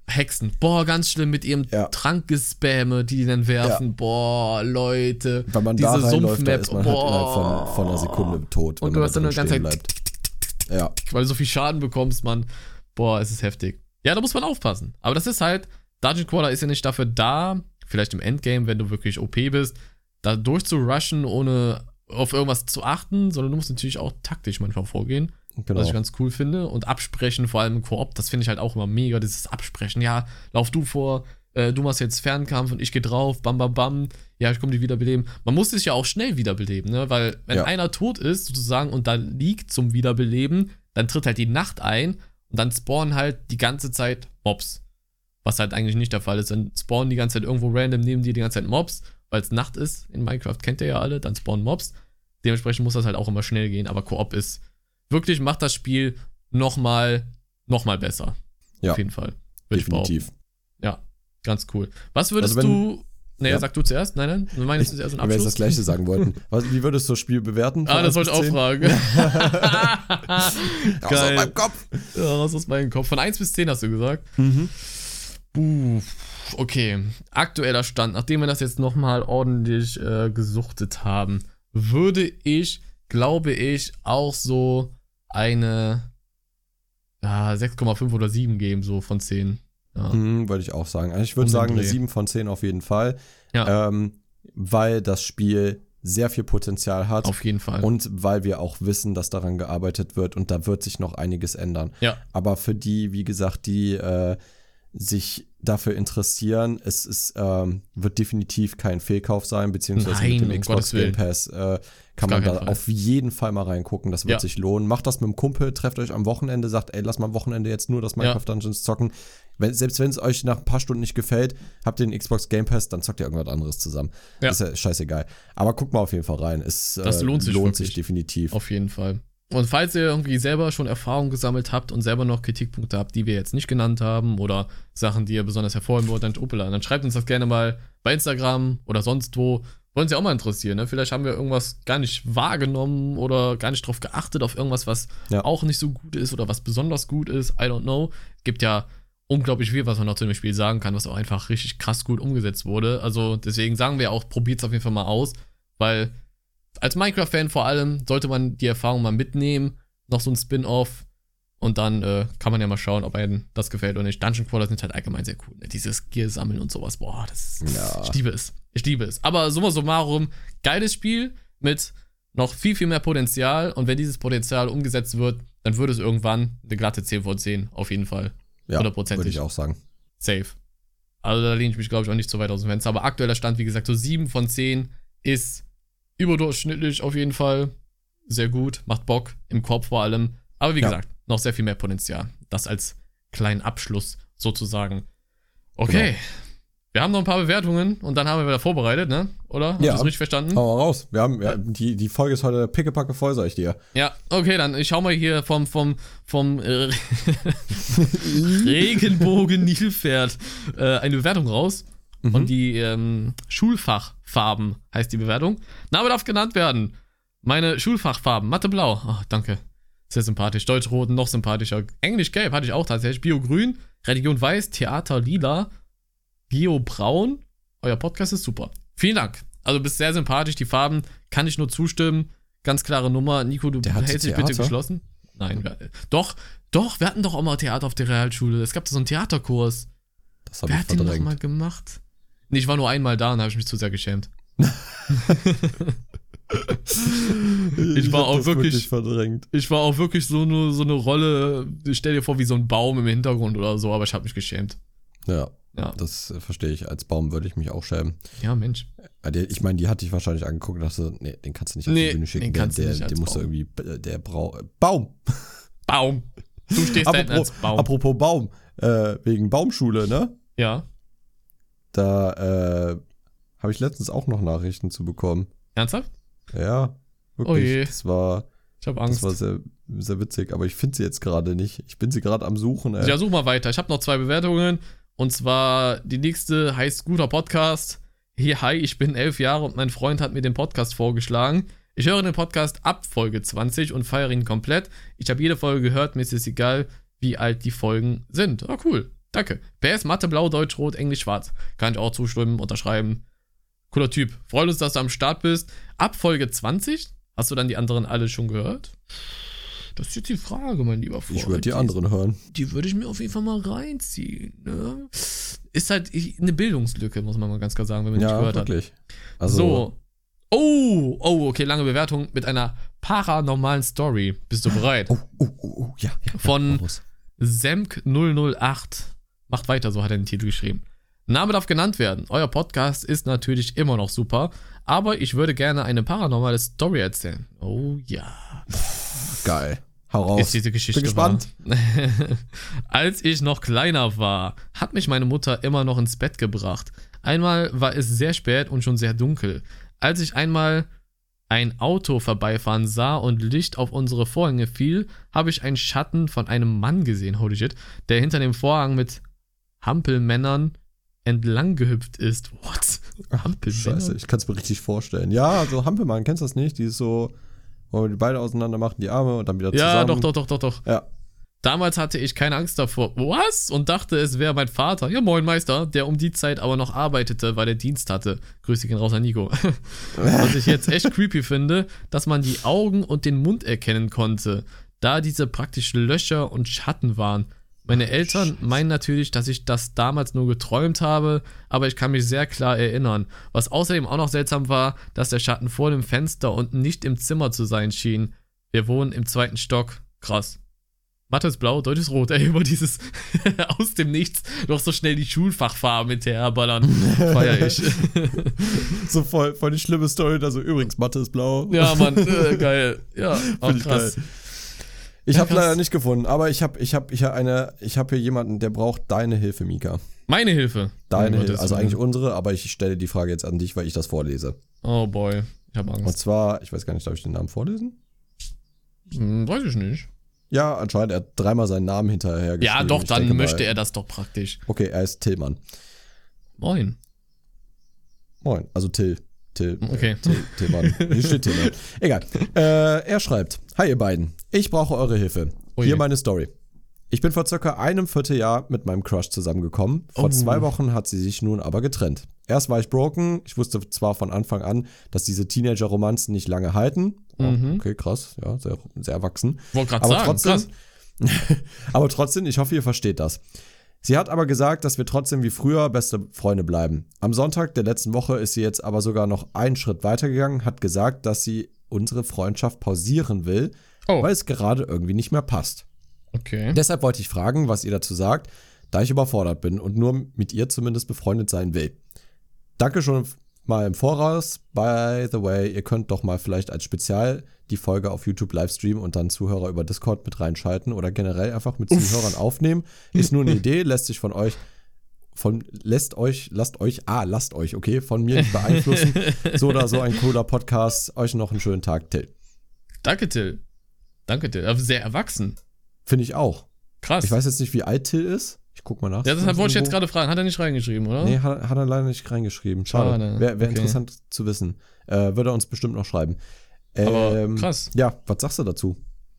Boah, ganz schlimm mit ihrem Trankgespamme, die dann werfen. Boah, Leute. Wenn man diese Sumpfmap, ist man halt innerhalb von einer Sekunde tot. Und du hast dann eine ganze Zeit, weil du so viel Schaden bekommst, man. Boah, es ist heftig. Ja, da muss man aufpassen. Aber das ist halt, Dungeon Crawler ist ja nicht dafür da, vielleicht im Endgame, wenn du wirklich OP bist, da durchzurushen, ohne auf irgendwas zu achten, sondern du musst natürlich auch taktisch manchmal vorgehen. Genau. Was ich ganz cool finde. Und absprechen, vor allem im Koop, das finde ich halt auch immer mega, dieses Absprechen. Ja, lauf du vor, du machst jetzt Fernkampf und ich gehe drauf, bam, bam, bam. Ja, ich komme die wiederbeleben. Man muss sich ja auch schnell wiederbeleben, ne? Weil, wenn einer tot ist, sozusagen, und da liegt zum Wiederbeleben, dann tritt halt die Nacht ein und dann spawnen halt die ganze Zeit Mobs. Was halt eigentlich nicht der Fall ist. Dann spawnen die ganze Zeit irgendwo random neben dir die ganze Zeit Mobs, weil es Nacht ist. In Minecraft kennt ihr ja alle, dann spawnen Mobs. Dementsprechend muss das halt auch immer schnell gehen, aber Koop ist wirklich, macht das Spiel nochmal besser. Ja. Auf jeden Fall. Definitiv. Ja, ganz cool. Was würdest du. Naja, sag du zuerst. Nein. Du meinst, es ist eher so ein Abschluss. Wenn wir das Gleiche sagen wollten. Wie würdest du das Spiel bewerten? Das wollte ich auch fragen. Raus aus meinem Kopf. Ja, raus aus meinem Kopf. Von 1 bis 10 hast du gesagt. Okay. Aktueller Stand. Nachdem wir das jetzt nochmal ordentlich gesuchtet haben, würde ich, glaube ich, auch so eine 6,5 oder 7 geben, so von 10. Ja. Würde ich auch sagen. Also ich würde sagen, eine 7 von 10 auf jeden Fall. Ja. Weil das Spiel sehr viel Potenzial hat. Auf jeden Fall. Und weil wir auch wissen, dass daran gearbeitet wird und da wird sich noch einiges ändern. Ja. Aber für die, wie gesagt, die sich dafür interessieren, es ist, wird definitiv kein Fehlkauf sein, beziehungsweise mit dem Xbox Game Pass kann man da auf jeden Fall mal reingucken, das wird sich lohnen. Macht das mit dem Kumpel, trefft euch am Wochenende, sagt, ey, lass mal am Wochenende jetzt nur das Minecraft Dungeons zocken. Selbst wenn es euch nach ein paar Stunden nicht gefällt, habt ihr den Xbox Game Pass, dann zockt ihr irgendwas anderes zusammen. Ja. Das ist ja scheißegal. Aber guckt mal auf jeden Fall rein. Das lohnt sich definitiv. Auf jeden Fall. Und falls ihr irgendwie selber schon Erfahrung gesammelt habt und selber noch Kritikpunkte habt, die wir jetzt nicht genannt haben oder Sachen, die ihr besonders hervorheben wollt, dann schreibt uns das gerne mal bei Instagram oder sonst wo. Wollen uns ja auch mal interessieren, ne? Vielleicht haben wir irgendwas gar nicht wahrgenommen oder gar nicht drauf geachtet, auf irgendwas, was auch nicht so gut ist oder was besonders gut ist. I don't know. Es gibt ja unglaublich viel, was man noch zu dem Spiel sagen kann, was auch einfach richtig krass gut umgesetzt wurde. Also deswegen sagen wir auch, probiert es auf jeden Fall mal aus, weil als Minecraft-Fan vor allem sollte man die Erfahrung mal mitnehmen, noch so ein Spin-Off und dann kann man ja mal schauen, ob einem das gefällt oder nicht. Dungeon Crawler sind halt allgemein sehr cool, ne? Dieses Gear sammeln und sowas, boah, ich liebe es. Aber summa summarum, geiles Spiel mit noch viel, viel mehr Potenzial und wenn dieses Potenzial umgesetzt wird, dann würde es irgendwann eine glatte 10 von 10 auf jeden Fall. Ja, 100%. Würde ich auch sagen. Safe. Also da lehne ich mich, glaube ich, auch nicht so weit aus dem Fenster. Aber aktueller Stand, wie gesagt, so 7 von 10 ist überdurchschnittlich auf jeden Fall. Sehr gut, macht Bock, im Kopf vor allem. Aber wie gesagt, noch sehr viel mehr Potenzial. Das als kleinen Abschluss sozusagen. Okay, genau. Wir haben noch ein paar Bewertungen und dann haben wir wieder vorbereitet, ne? Oder? Hast du das richtig verstanden? Hau mal raus. Wir haben, die Folge ist heute pickepacke voll, sag ich dir. Ja, okay, dann ich hau mal hier vom Regenbogen-Nilpferd eine Bewertung raus. Und die Schulfachfarben heißt die Bewertung. Name darf genannt werden. Meine Schulfachfarben, Mathe blau. Oh, danke. Sehr sympathisch. Deutsch-rot, noch sympathischer. Englisch-gelb hatte ich auch tatsächlich. Bio-grün, Religion weiß, Theater lila, Geo braun. Euer Podcast ist super. Vielen Dank. Also bist sehr sympathisch. Die Farben kann ich nur zustimmen. Ganz klare Nummer. Nico, du hältst dich bitte geschlossen? Nein. Doch, wir hatten doch auch mal Theater auf der Realschule. Es gab so einen Theaterkurs. Das habe ich verdrängt. Wer hat den nochmal gemacht? Nee, ich war nur einmal da und habe ich mich zu sehr geschämt. Ich war auch wirklich so eine Rolle, stell dir vor, wie so ein Baum im Hintergrund oder so, aber ich habe mich geschämt. Ja, das verstehe ich. Als Baum würde ich mich auch schämen. Ja, Mensch. Ich meine, die hatte ich wahrscheinlich angeguckt und dachte, nee, den kannst du nicht auf die Bühne schicken. Den musst du irgendwie, Baum. Baum. Du stehst da hinten als Baum. Apropos Baum, wegen Baumschule, ne? Ja. Da habe ich letztens auch noch Nachrichten zu bekommen. Ernsthaft? Ja, wirklich. Oh je. Ich habe Angst. Das war sehr, sehr witzig, aber ich finde sie jetzt gerade nicht. Ich bin sie gerade am Suchen. Ja, such mal weiter. Ich habe noch 2 Bewertungen. Und zwar, die nächste heißt Guter Podcast. Hier, hi, ich bin 11 Jahre und mein Freund hat mir den Podcast vorgeschlagen. Ich höre den Podcast ab Folge 20 und feiere ihn komplett. Ich habe jede Folge gehört, mir ist es egal, wie alt die Folgen sind. Ah, cool. Danke. PS, Mathe, Blau, Deutsch, Rot, Englisch, Schwarz. Kann ich auch zustimmen, unterschreiben. Cooler Typ. Freut uns, dass du am Start bist. Ab Folge 20? Hast du dann die anderen alle schon gehört? Das ist jetzt die Frage, mein lieber Freund. Ich würde die anderen hören. Die würde ich mir auf jeden Fall mal reinziehen. Ne? Ist halt eine Bildungslücke, muss man mal ganz klar sagen, wenn man nicht gehört wirklich. Hat. Also so. Oh, okay, lange Bewertung mit einer paranormalen Story. Bist du bereit? Ja. Von Semk008. Macht weiter, so hat er den Titel geschrieben. Name darf genannt werden. Euer Podcast ist natürlich immer noch super, aber ich würde gerne eine paranormale Story erzählen. Oh ja. Geil. Hau raus. Ist diese Geschichte bin gespannt. Als ich noch kleiner war, hat mich meine Mutter immer noch ins Bett gebracht. Einmal war es sehr spät und schon sehr dunkel. Als ich einmal ein Auto vorbeifahren sah und Licht auf unsere Vorhänge fiel, habe ich einen Schatten von einem Mann gesehen, holy shit, der hinter dem Vorhang mit Hampelmännern entlang gehüpft ist. What? Hampelmänner? Scheiße, ich kann es mir richtig vorstellen. Ja, also Hampelmann, kennst du das nicht? Die ist so, wo die beide auseinander machen, die Arme und dann wieder zusammen. Ja, doch. Ja. Damals hatte ich keine Angst davor. Was? Und dachte, es wäre mein Vater. Ja, moin Meister, der um die Zeit aber noch arbeitete, weil er Dienst hatte. Grüße gehen raus an Nico. Was ich jetzt echt creepy finde, dass man die Augen und den Mund erkennen konnte, da diese praktisch Löcher und Schatten waren. Meine Eltern meinen natürlich, dass ich das damals nur geträumt habe, aber ich kann mich sehr klar erinnern. Was außerdem auch noch seltsam war, dass der Schatten vor dem Fenster und nicht im Zimmer zu sein schien. Wir wohnen im 2. Stock. Krass. Mathe ist blau, Deutsch ist rot. Ey, über dieses aus dem Nichts doch so schnell die Schulfachfarben hinterherballern. Feier ich. So voll die schlimme Story, also übrigens, Mathe ist blau. Ja, Mann, geil. Ja, auch krass. Geil. Ich habe leider nicht gefunden, aber ich hab hier jemanden, der braucht deine Hilfe, Mika. Meine Hilfe? Deine Hilfe, also eigentlich unsere, aber ich stelle die Frage jetzt an dich, weil ich das vorlese. Oh boy, ich habe Angst. Und zwar, ich weiß gar nicht, darf ich den Namen vorlesen? Weiß ich nicht. Ja, anscheinend, er hat 3-mal seinen Namen hinterher geschrieben. Ja, doch, dann möchte er das doch praktisch. Okay, er ist Tillmann. Moin, also Till. Okay. Tillmann. Hier steht Tillmann. Egal. Er schreibt: Hi ihr beiden, ich brauche eure Hilfe. Hier meine Story. Ich bin vor circa einem Vierteljahr mit meinem Crush zusammengekommen. Vor 2 Wochen hat sie sich nun aber getrennt. Erst war ich broken. Ich wusste zwar von Anfang an, dass diese Teenager-Romanzen nicht lange halten. Oh, okay, krass. Ja, sehr, sehr erwachsen. Wollte gerade sagen, trotzdem, krass. aber trotzdem, ich hoffe, ihr versteht das. Sie hat aber gesagt, dass wir trotzdem wie früher beste Freunde bleiben. Am Sonntag der letzten Woche ist sie jetzt aber sogar noch einen Schritt weitergegangen, hat gesagt, dass sie unsere Freundschaft pausieren will, weil es gerade irgendwie nicht mehr passt. Okay. Deshalb wollte ich fragen, was ihr dazu sagt, da ich überfordert bin und nur mit ihr zumindest befreundet sein will. Danke schon mal im Voraus. By the way, ihr könnt doch mal vielleicht als Spezial die Folge auf YouTube livestreamen und dann Zuhörer über Discord mit reinschalten oder generell einfach mit Zuhörern aufnehmen. Ist nur eine Idee, lasst euch von mir nicht beeinflussen. So oder so ein cooler Podcast. Euch noch einen schönen Tag, Till. Danke, Till. Aber sehr erwachsen. Finde ich auch. Krass. Ich weiß jetzt nicht, wie alt Till ist. Ich guck mal nach. Ja, deshalb wollte ich jetzt gerade fragen. Hat er nicht reingeschrieben, oder? Nee, hat er leider nicht reingeschrieben. Schade. Wäre okay. Interessant zu wissen. Würde er uns bestimmt noch schreiben. Aber krass. Ja, was sagst du dazu?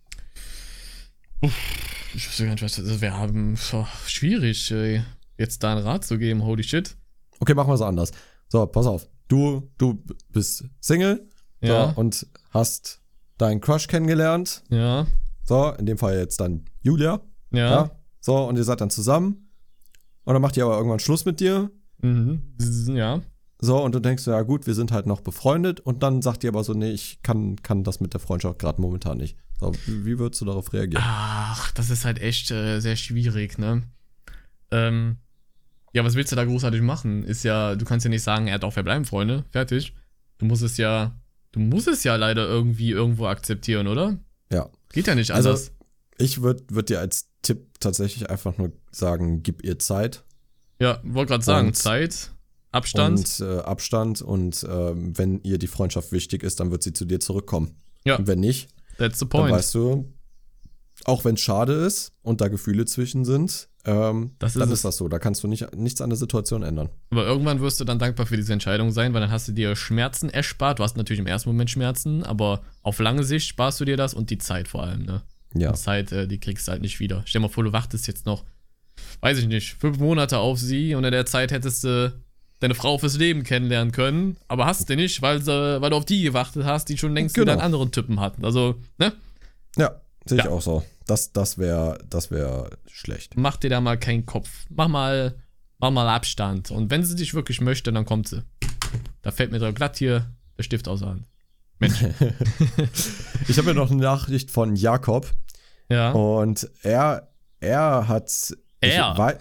Ich wüsste gar nicht, was wir haben. Schwierig, jetzt da einen Rat zu geben. Holy shit. Okay, machen wir es anders. So, pass auf. Du bist Single und hast deinen Crush kennengelernt. Ja. So, in dem Fall jetzt dann Julia. Ja. So, und ihr seid dann zusammen. Und dann macht ihr aber irgendwann Schluss mit dir. Ja. So, und du denkst, ja gut, wir sind halt noch befreundet. Und dann sagt ihr aber so, nee, ich kann das mit der Freundschaft gerade momentan nicht. So, wie würdest du darauf reagieren? Ach, das ist halt echt sehr schwierig, ne? Ja, was willst du da großartig machen? Ist ja, du kannst ja nicht sagen, doch, wir bleiben Freunde, fertig. Du musst es ja leider irgendwo akzeptieren, oder? Ja. Geht ja nicht anders. Also, ich würd dir als Tipp tatsächlich einfach nur sagen, gib ihr Zeit. Ja, wollte gerade sagen, Zeit, Abstand. Und Abstand und wenn ihr die Freundschaft wichtig ist, dann wird sie zu dir zurückkommen. Ja. Und wenn nicht, that's the point. Dann weißt du, auch wenn es schade ist und da Gefühle zwischen sind, dann ist das so. Da kannst du nichts an der Situation ändern. Aber irgendwann wirst du dann dankbar für diese Entscheidung sein, weil dann hast du dir Schmerzen erspart. Du hast natürlich im ersten Moment Schmerzen, aber auf lange Sicht sparst du dir das und die Zeit vor allem, ne? Ja. Die Zeit, die kriegst du halt nicht wieder. Stell dir mal vor, du wartest jetzt noch, weiß ich nicht, 5 Monate auf sie und in der Zeit hättest du deine Frau fürs Leben kennenlernen können, aber hast du nicht, weil du auf die gewartet hast, die schon längst wieder einen anderen Typen hatten. Also, ne? Ja, sehe ich auch so. Das wäre schlecht. Mach dir da mal keinen Kopf. Mach mal Abstand. Und wenn sie dich wirklich möchte, dann kommt sie. Da fällt mir doch glatt hier der Stift aus der Hand. Mensch. Ich habe ja noch eine Nachricht von Jakob. Ja. Und er hat. Ich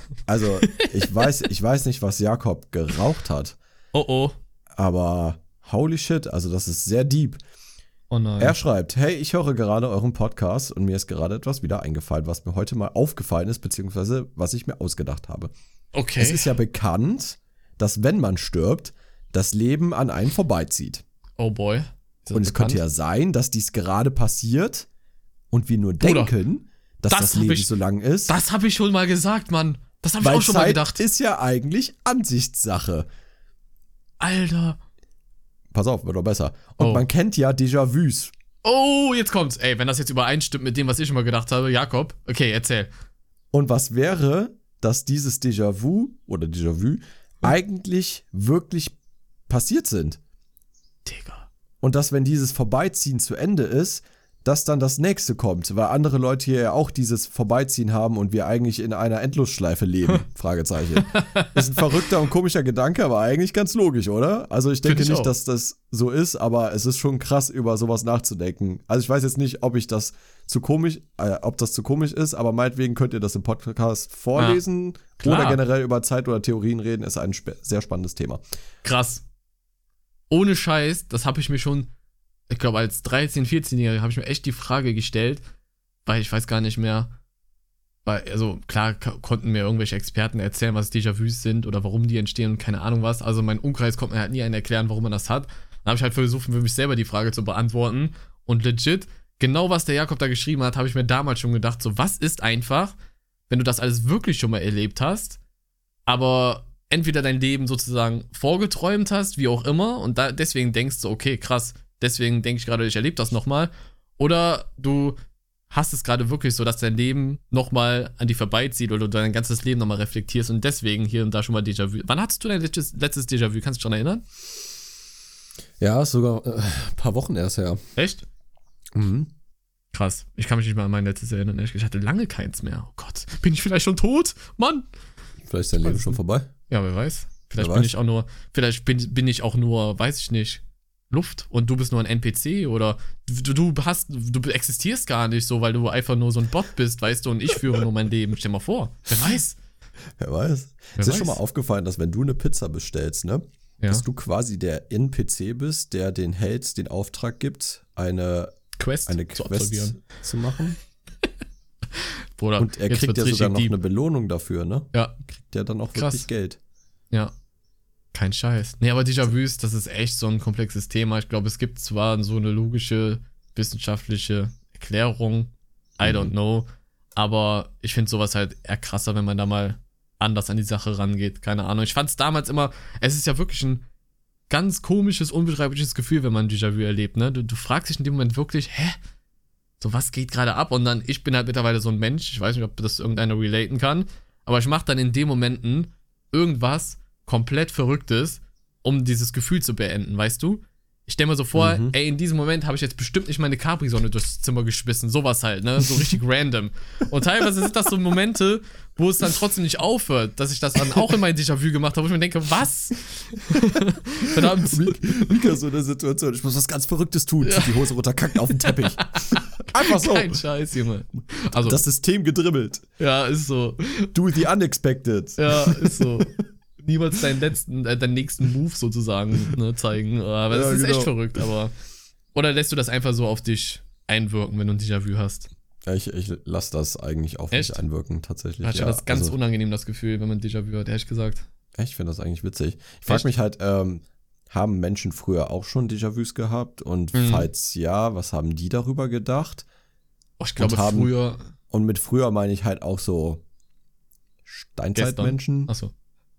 weiß nicht, was Jakob geraucht hat. Oh. Aber holy shit, also das ist sehr deep. Oh nein. Er schreibt, hey, ich höre gerade euren Podcast und mir ist gerade etwas wieder eingefallen, was mir heute mal aufgefallen ist, beziehungsweise was ich mir ausgedacht habe. Okay. Es ist ja bekannt, dass wenn man stirbt, das Leben an einen vorbeizieht. Oh boy. Und es könnte ja sein, dass dies gerade passiert und wir nur denken, dass das Leben so lang ist. Das habe ich schon mal gesagt, Mann. Das habe ich auch schon mal gedacht. Ist ja eigentlich Ansichtssache. Alter. Pass auf, wird doch besser. Und man kennt ja Déjà-vus. Oh, jetzt kommt's. Ey, wenn das jetzt übereinstimmt mit dem, was ich schon mal gedacht habe, Jakob. Okay, erzähl. Und was wäre, dass dieses Déjà-vu oder Déjà-vu eigentlich wirklich passiert sind? Digga. Und dass, wenn dieses Vorbeiziehen zu Ende ist, dass dann das nächste kommt, weil andere Leute hier ja auch dieses Vorbeiziehen haben und wir eigentlich in einer Endlosschleife leben, Fragezeichen. Ist ein verrückter und komischer Gedanke, aber eigentlich ganz logisch, oder? Also ich denke nicht, dass das so ist, aber es ist schon krass, über sowas nachzudenken. Also ich weiß jetzt nicht, ob das zu komisch ist, aber meinetwegen könnt ihr das im Podcast vorlesen oder generell über Zeit oder Theorien reden, ist ein sehr spannendes Thema. Krass. Ohne Scheiß, das habe ich mir schon, ich glaube, als 13-, 14-Jähriger habe ich mir echt die Frage gestellt, weil ich weiß gar nicht mehr, also klar konnten mir irgendwelche Experten erzählen, was Déjà-vus sind oder warum die entstehen und keine Ahnung was. Also mein Umkreis konnte mir halt nie einen erklären, warum man das hat. Dann habe ich halt versucht, für mich selber die Frage zu beantworten und legit, genau was der Jakob da geschrieben hat, habe ich mir damals schon gedacht, so was ist einfach, wenn du das alles wirklich schon mal erlebt hast, aber entweder dein Leben sozusagen vorgeträumt hast, wie auch immer, und deswegen denkst du, okay, krass, deswegen denke ich gerade, ich erlebe das nochmal. Oder du hast es gerade wirklich so, dass dein Leben nochmal an dir vorbeizieht oder du dein ganzes Leben nochmal reflektierst und deswegen hier und da schon mal Déjà-vu. Wann hattest du dein letztes Déjà-vu? Kannst du dich daran erinnern? Ja, sogar ein paar Wochen erst her. Echt? Mhm. Krass. Ich kann mich nicht mal an mein letztes erinnern. Ich hatte lange keins mehr. Oh Gott. Bin ich vielleicht schon tot? Mann! Vielleicht ist dein Leben schon vorbei. Ja, wer weiß. Vielleicht bin ich auch nur, weiß ich nicht, Luft und du bist nur ein NPC oder du existierst gar nicht so, weil du einfach nur so ein Bot bist, weißt du, und ich führe nur mein Leben. Stell dir mal vor. Wer weiß. Wer weiß. Es ist schon mal aufgefallen, dass wenn du eine Pizza bestellst, ne, dass du quasi der NPC bist, der den Held den Auftrag gibt, eine Quest zu machen. Bruder, und er kriegt ja sogar noch eine Belohnung dafür, ne? Ja. Kriegt ja dann auch wirklich Geld. Ja. Kein Scheiß. Nee, aber Déjà-vus, das ist echt so ein komplexes Thema. Ich glaube, es gibt zwar so eine logische, wissenschaftliche Erklärung, I don't know, aber ich finde sowas halt eher krasser, wenn man da mal anders an die Sache rangeht. Keine Ahnung. Ich fand es damals immer, es ist ja wirklich ein ganz komisches, unbeschreibliches Gefühl, wenn man ein Déjà-vu erlebt, ne? Du fragst dich in dem Moment wirklich, so was geht gerade ab? Und dann, ich bin halt mittlerweile so ein Mensch, ich weiß nicht, ob das irgendeiner relaten kann, aber ich mache dann in den Momenten irgendwas komplett Verrücktes, um dieses Gefühl zu beenden, weißt du? Ich stell mir so vor, ey, in diesem Moment habe ich jetzt bestimmt nicht meine Capri-Sonne durchs Zimmer geschmissen, sowas halt, ne? So richtig random. Und teilweise sind das so Momente, wo es dann trotzdem nicht aufhört, dass ich das dann auch in mein Déjà-vu gemacht habe, wo ich mir denke, was? Verdammt. Mika so eine Situation, ich muss was ganz Verrücktes tun, zieht die Hose runter, kackt auf den Teppich. Einfach so. Kein Scheiß, Junge. Also, das System gedribbelt. Ja, ist so. Do the unexpected. Ja, ist so. Niemals deinen nächsten Move sozusagen zeigen. Aber das ist echt verrückt, aber. Oder lässt du das einfach so auf dich einwirken, wenn du ein Déjà-vu hast? Ja, ich lasse das eigentlich auf mich einwirken, tatsächlich. Ich das ganz unangenehm, das Gefühl, wenn man ein Déjà-vu hat, ehrlich gesagt. Ich finde das eigentlich witzig. Ich frage mich halt, haben Menschen früher auch schon Déjà-vus gehabt? Und falls ja, was haben die darüber gedacht? Oh, ich glaube früher. Und mit früher meine ich halt auch so Steinzeitmenschen. Achso.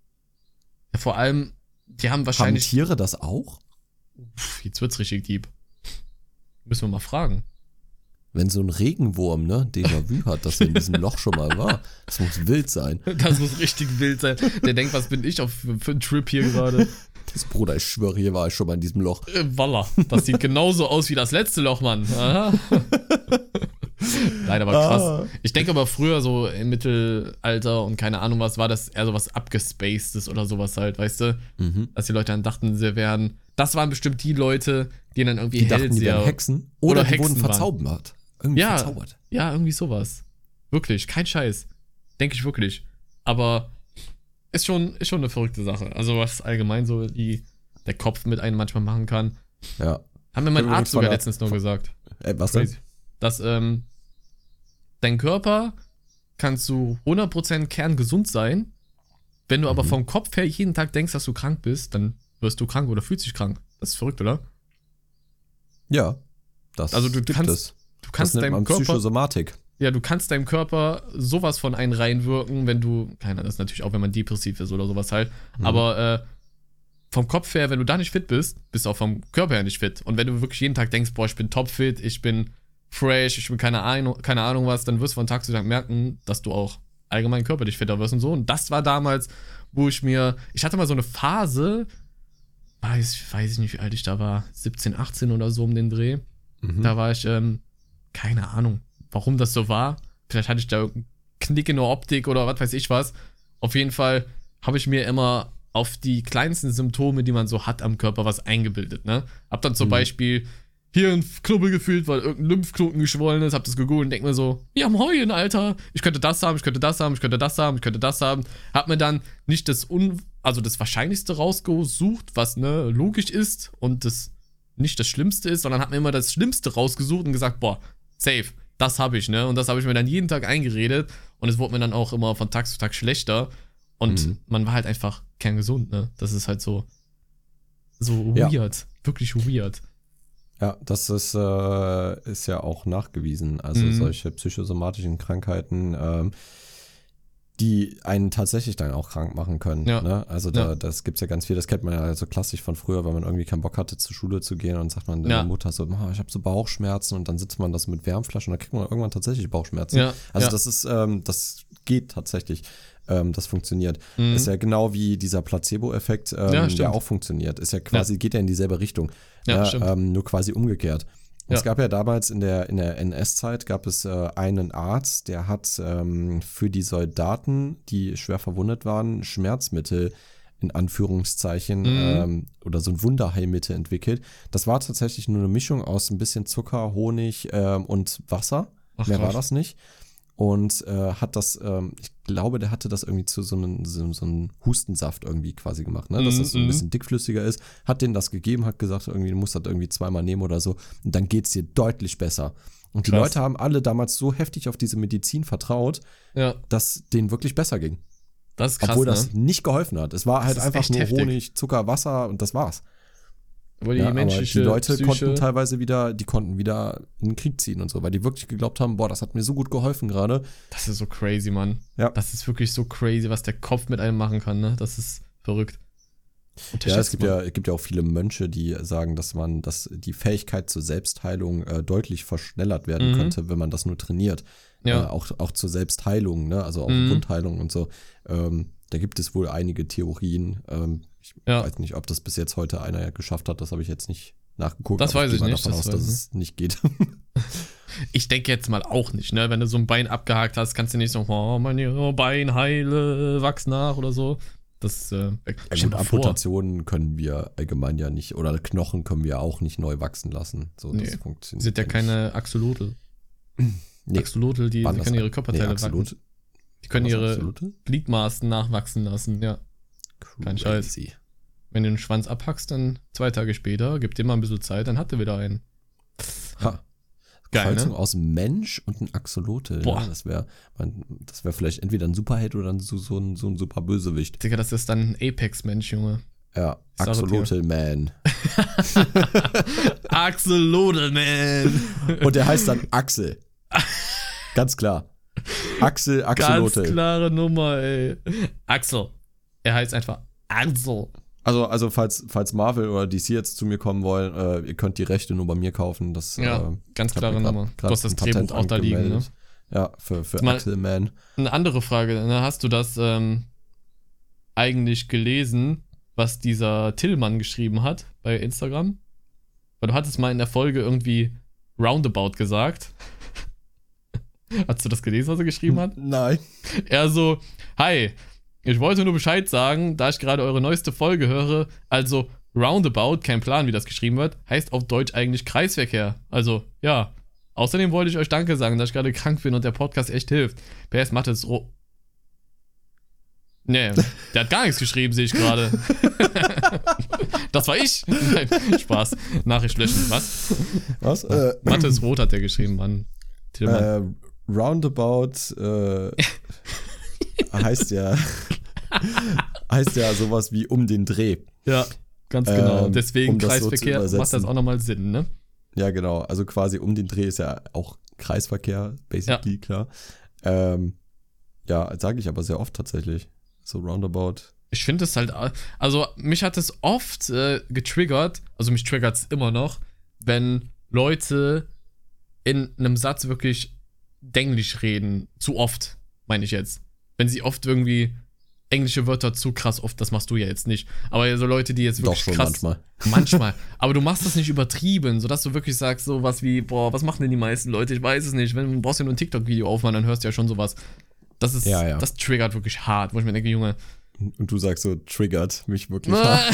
Ja, vor allem, die haben wahrscheinlich. Haben Tiere das auch? Jetzt wird's richtig deep. Müssen wir mal fragen. Wenn so ein Regenwurm, ne, Déjà-vu hat, dass er in diesem Loch schon mal war, das muss wild sein. Das muss richtig wild sein. Der denkt, was bin ich für ein Trip hier gerade? Das Bruder, ich schwöre, hier war ich schon mal in diesem Loch. Walla, das sieht genauso aus wie das letzte Loch, Mann. Aha. Nein, aber krass. Ich denke aber früher so im Mittelalter und keine Ahnung was, war das eher so was abgespacedes oder sowas halt, weißt du? Dass die Leute dann dachten, sie wären, das waren bestimmt die Leute, die dann irgendwie dachten, die wären Hexen oder die Hexen wurden verzaubert. Verzaubert. Ja, irgendwie sowas. Wirklich, kein Scheiß. Denke ich wirklich. Aber ist schon eine verrückte Sache. Also was allgemein so der Kopf mit einem manchmal machen kann. Ja. Haben mir mein Arzt sogar letztens nur gesagt. Was denn? Dass dein Körper kann zu 100% kerngesund sein. Wenn du aber vom Kopf her jeden Tag denkst, dass du krank bist, dann wirst du krank oder fühlst dich krank. Das ist verrückt, oder? Ja. Du kannst deinem Körper Psychosomatik. Ja, du kannst deinem Körper sowas von einen reinwirken, wenn du, das ist natürlich auch, wenn man depressiv ist oder sowas halt, aber vom Kopf her, wenn du da nicht fit bist, bist du auch vom Körper her nicht fit. Und wenn du wirklich jeden Tag denkst, boah, ich bin topfit, ich bin fresh, ich bin keine Ahnung was, dann wirst du von Tag zu Tag merken, dass du auch allgemein körperlich fitter wirst und so. Und das war damals, wo ich hatte mal so eine Phase, weiß ich nicht, wie alt ich da war, 17, 18 oder so um den Dreh. Da war ich, keine Ahnung, warum das so war. Vielleicht hatte ich da irgendeinen Knick in der Optik oder was weiß ich was. Auf jeden Fall habe ich mir immer auf die kleinsten Symptome, die man so hat am Körper, was eingebildet, ne? Hab dann zum Beispiel hier ein Knubbel gefühlt, weil irgendein Lymphknoten geschwollen ist, hab das gegoogelt und denk mir so, ja moin, Alter, ich könnte das haben, ich könnte das haben, ich könnte das haben, ich könnte das haben. Hab mir dann nicht das Wahrscheinlichste rausgesucht, was logisch ist und das nicht das Schlimmste ist, sondern hab mir immer das Schlimmste rausgesucht und gesagt, boah, safe, das habe ich, ne? Und das habe ich mir dann jeden Tag eingeredet und es wurde mir dann auch immer von Tag zu Tag schlechter und man war halt einfach kerngesund, ne? Das ist halt so weird, wirklich weird. Ja, das ist ja auch nachgewiesen. Also solche psychosomatischen Krankheiten die einen tatsächlich dann auch krank machen können. Ja. Ne? Also das gibt's ja ganz viel, das kennt man ja so klassisch von früher, wenn man irgendwie keinen Bock hatte, zur Schule zu gehen und sagt man der Mutter so, ich habe so Bauchschmerzen und dann sitzt man das mit Wärmflaschen und dann kriegt man irgendwann tatsächlich Bauchschmerzen. Ja. Also das ist, das geht tatsächlich. Das funktioniert. Ist ja genau wie dieser Placebo-Effekt, der auch funktioniert. Ist ja quasi, geht ja in dieselbe Richtung. Ja, stimmt. Nur quasi umgekehrt. Es gab ja damals in der NS-Zeit gab es einen Arzt, der hat für die Soldaten, die schwer verwundet waren, Schmerzmittel in Anführungszeichen oder so ein Wunderheilmittel entwickelt. Das war tatsächlich nur eine Mischung aus ein bisschen Zucker, Honig und Wasser. Mehr war das nicht. Und hat das, ich glaube, der hatte das irgendwie zu so einem Hustensaft irgendwie quasi gemacht, ne? Dass das so ein bisschen dickflüssiger ist. Hat denen das gegeben, hat gesagt, irgendwie, du musst das irgendwie 2-mal nehmen oder so. Und dann geht's dir deutlich besser. Und die Leute haben alle damals so heftig auf diese Medizin vertraut, dass denen wirklich besser ging. Das ist krass, obwohl das nicht geholfen hat. Es war halt einfach nur heftig. Honig, Zucker, Wasser und das war's. Aber die Leute konnten teilweise konnten wieder in den Krieg ziehen und so, weil die wirklich geglaubt haben, das hat mir so gut geholfen gerade. Das ist so crazy, Mann. Ja. Das ist wirklich so crazy, was der Kopf mit einem machen kann, ne? Das ist verrückt. Ja, es gibt ja auch viele Mönche, die sagen, dass die Fähigkeit zur Selbstheilung deutlich verschnellert werden könnte, wenn man das nur trainiert. Ja. Auch zur Selbstheilung, ne? Also auch Wundheilung und so. Da gibt es wohl einige Theorien. Ich weiß nicht, ob das bis jetzt heute einer geschafft hat. Das habe ich jetzt nicht nachgeguckt. Das weiß ich nicht. Ich gehe davon aus, dass es nicht geht. Ich denke jetzt mal auch nicht, ne? Wenn du so ein Bein abgehakt hast, kannst du nicht so, mein Bein heile, wachs nach oder so. Das Amputationen können wir allgemein ja nicht, oder Knochen können wir auch nicht neu wachsen lassen. So, das funktioniert. Sind ja keine Axolotl. Nee. Axolotl, die können ihre Körperteile wachsen. Die können ihre Gliedmaßen nachwachsen lassen, ja. Kein Scheiß. Wenn du den Schwanz abhackst, dann 2 Tage später, gib dir mal ein bisschen Zeit, dann hat er wieder einen. Ha. Geil, Kreuzung ne? aus einem Mensch und einem Axolotl. Boah. Ja, das wäre vielleicht entweder ein Superheld oder so ein super Bösewicht. Digga, das ist dann ein Apex-Mensch, Junge. Ja, Axolotl-Man. Axolotl-Man. Und der heißt dann Axel. Ganz klar. Axolotl. Ganz klare Nummer, ey. Axel. Er heißt einfach Axel. Also falls Marvel oder DC jetzt zu mir kommen wollen, ihr könnt die Rechte nur bei mir kaufen. Das, ganz klare Nummer. Du hast das Drehbuch auch da liegen, ne? Ja, für Axel-Man. Eine andere Frage, ne? Hast du das eigentlich gelesen, was dieser Tillmann geschrieben hat bei Instagram? Weil du hattest mal in der Folge irgendwie Roundabout gesagt. Hast du das gelesen, was er geschrieben hat? Nein. Er so, hi, ich wollte nur Bescheid sagen, da ich gerade eure neueste Folge höre, also Roundabout, kein Plan, wie das geschrieben wird, heißt auf Deutsch eigentlich Kreisverkehr. Also, ja. Außerdem wollte ich euch Danke sagen, da ich gerade krank bin und der Podcast echt hilft. PS Mathe ist Nee, der hat gar nichts geschrieben, sehe ich gerade. Das war ich. Nein, Spaß. Nachricht löschen. Was? Mathe ist rot, hat der geschrieben, Mann. Roundabout heißt ja sowas wie um den Dreh. Ja, ganz genau. Deswegen Kreisverkehr so macht das auch nochmal Sinn, ne? Ja, genau. Also quasi um den Dreh ist ja auch Kreisverkehr, basically, klar. Ja, sage ich aber sehr oft tatsächlich. So Roundabout. Ich finde es halt, also mich hat es oft getriggert, also mich triggert es immer noch, wenn Leute in einem Satz wirklich Denglisch reden. Zu oft, meine ich jetzt. Wenn sie oft irgendwie englische Wörter zu krass oft, das machst du ja jetzt nicht. Aber so Leute, die jetzt wirklich doch, krass. Manchmal. Aber du machst das nicht übertrieben, sodass du wirklich sagst, sowas wie, was machen denn die meisten Leute? Ich weiß es nicht. Du brauchst ja nur ein TikTok-Video aufmachen, dann hörst du ja schon sowas. Das ist, das triggert wirklich hart, wo ich mir denke, Junge. Und du sagst so, triggert mich wirklich hart.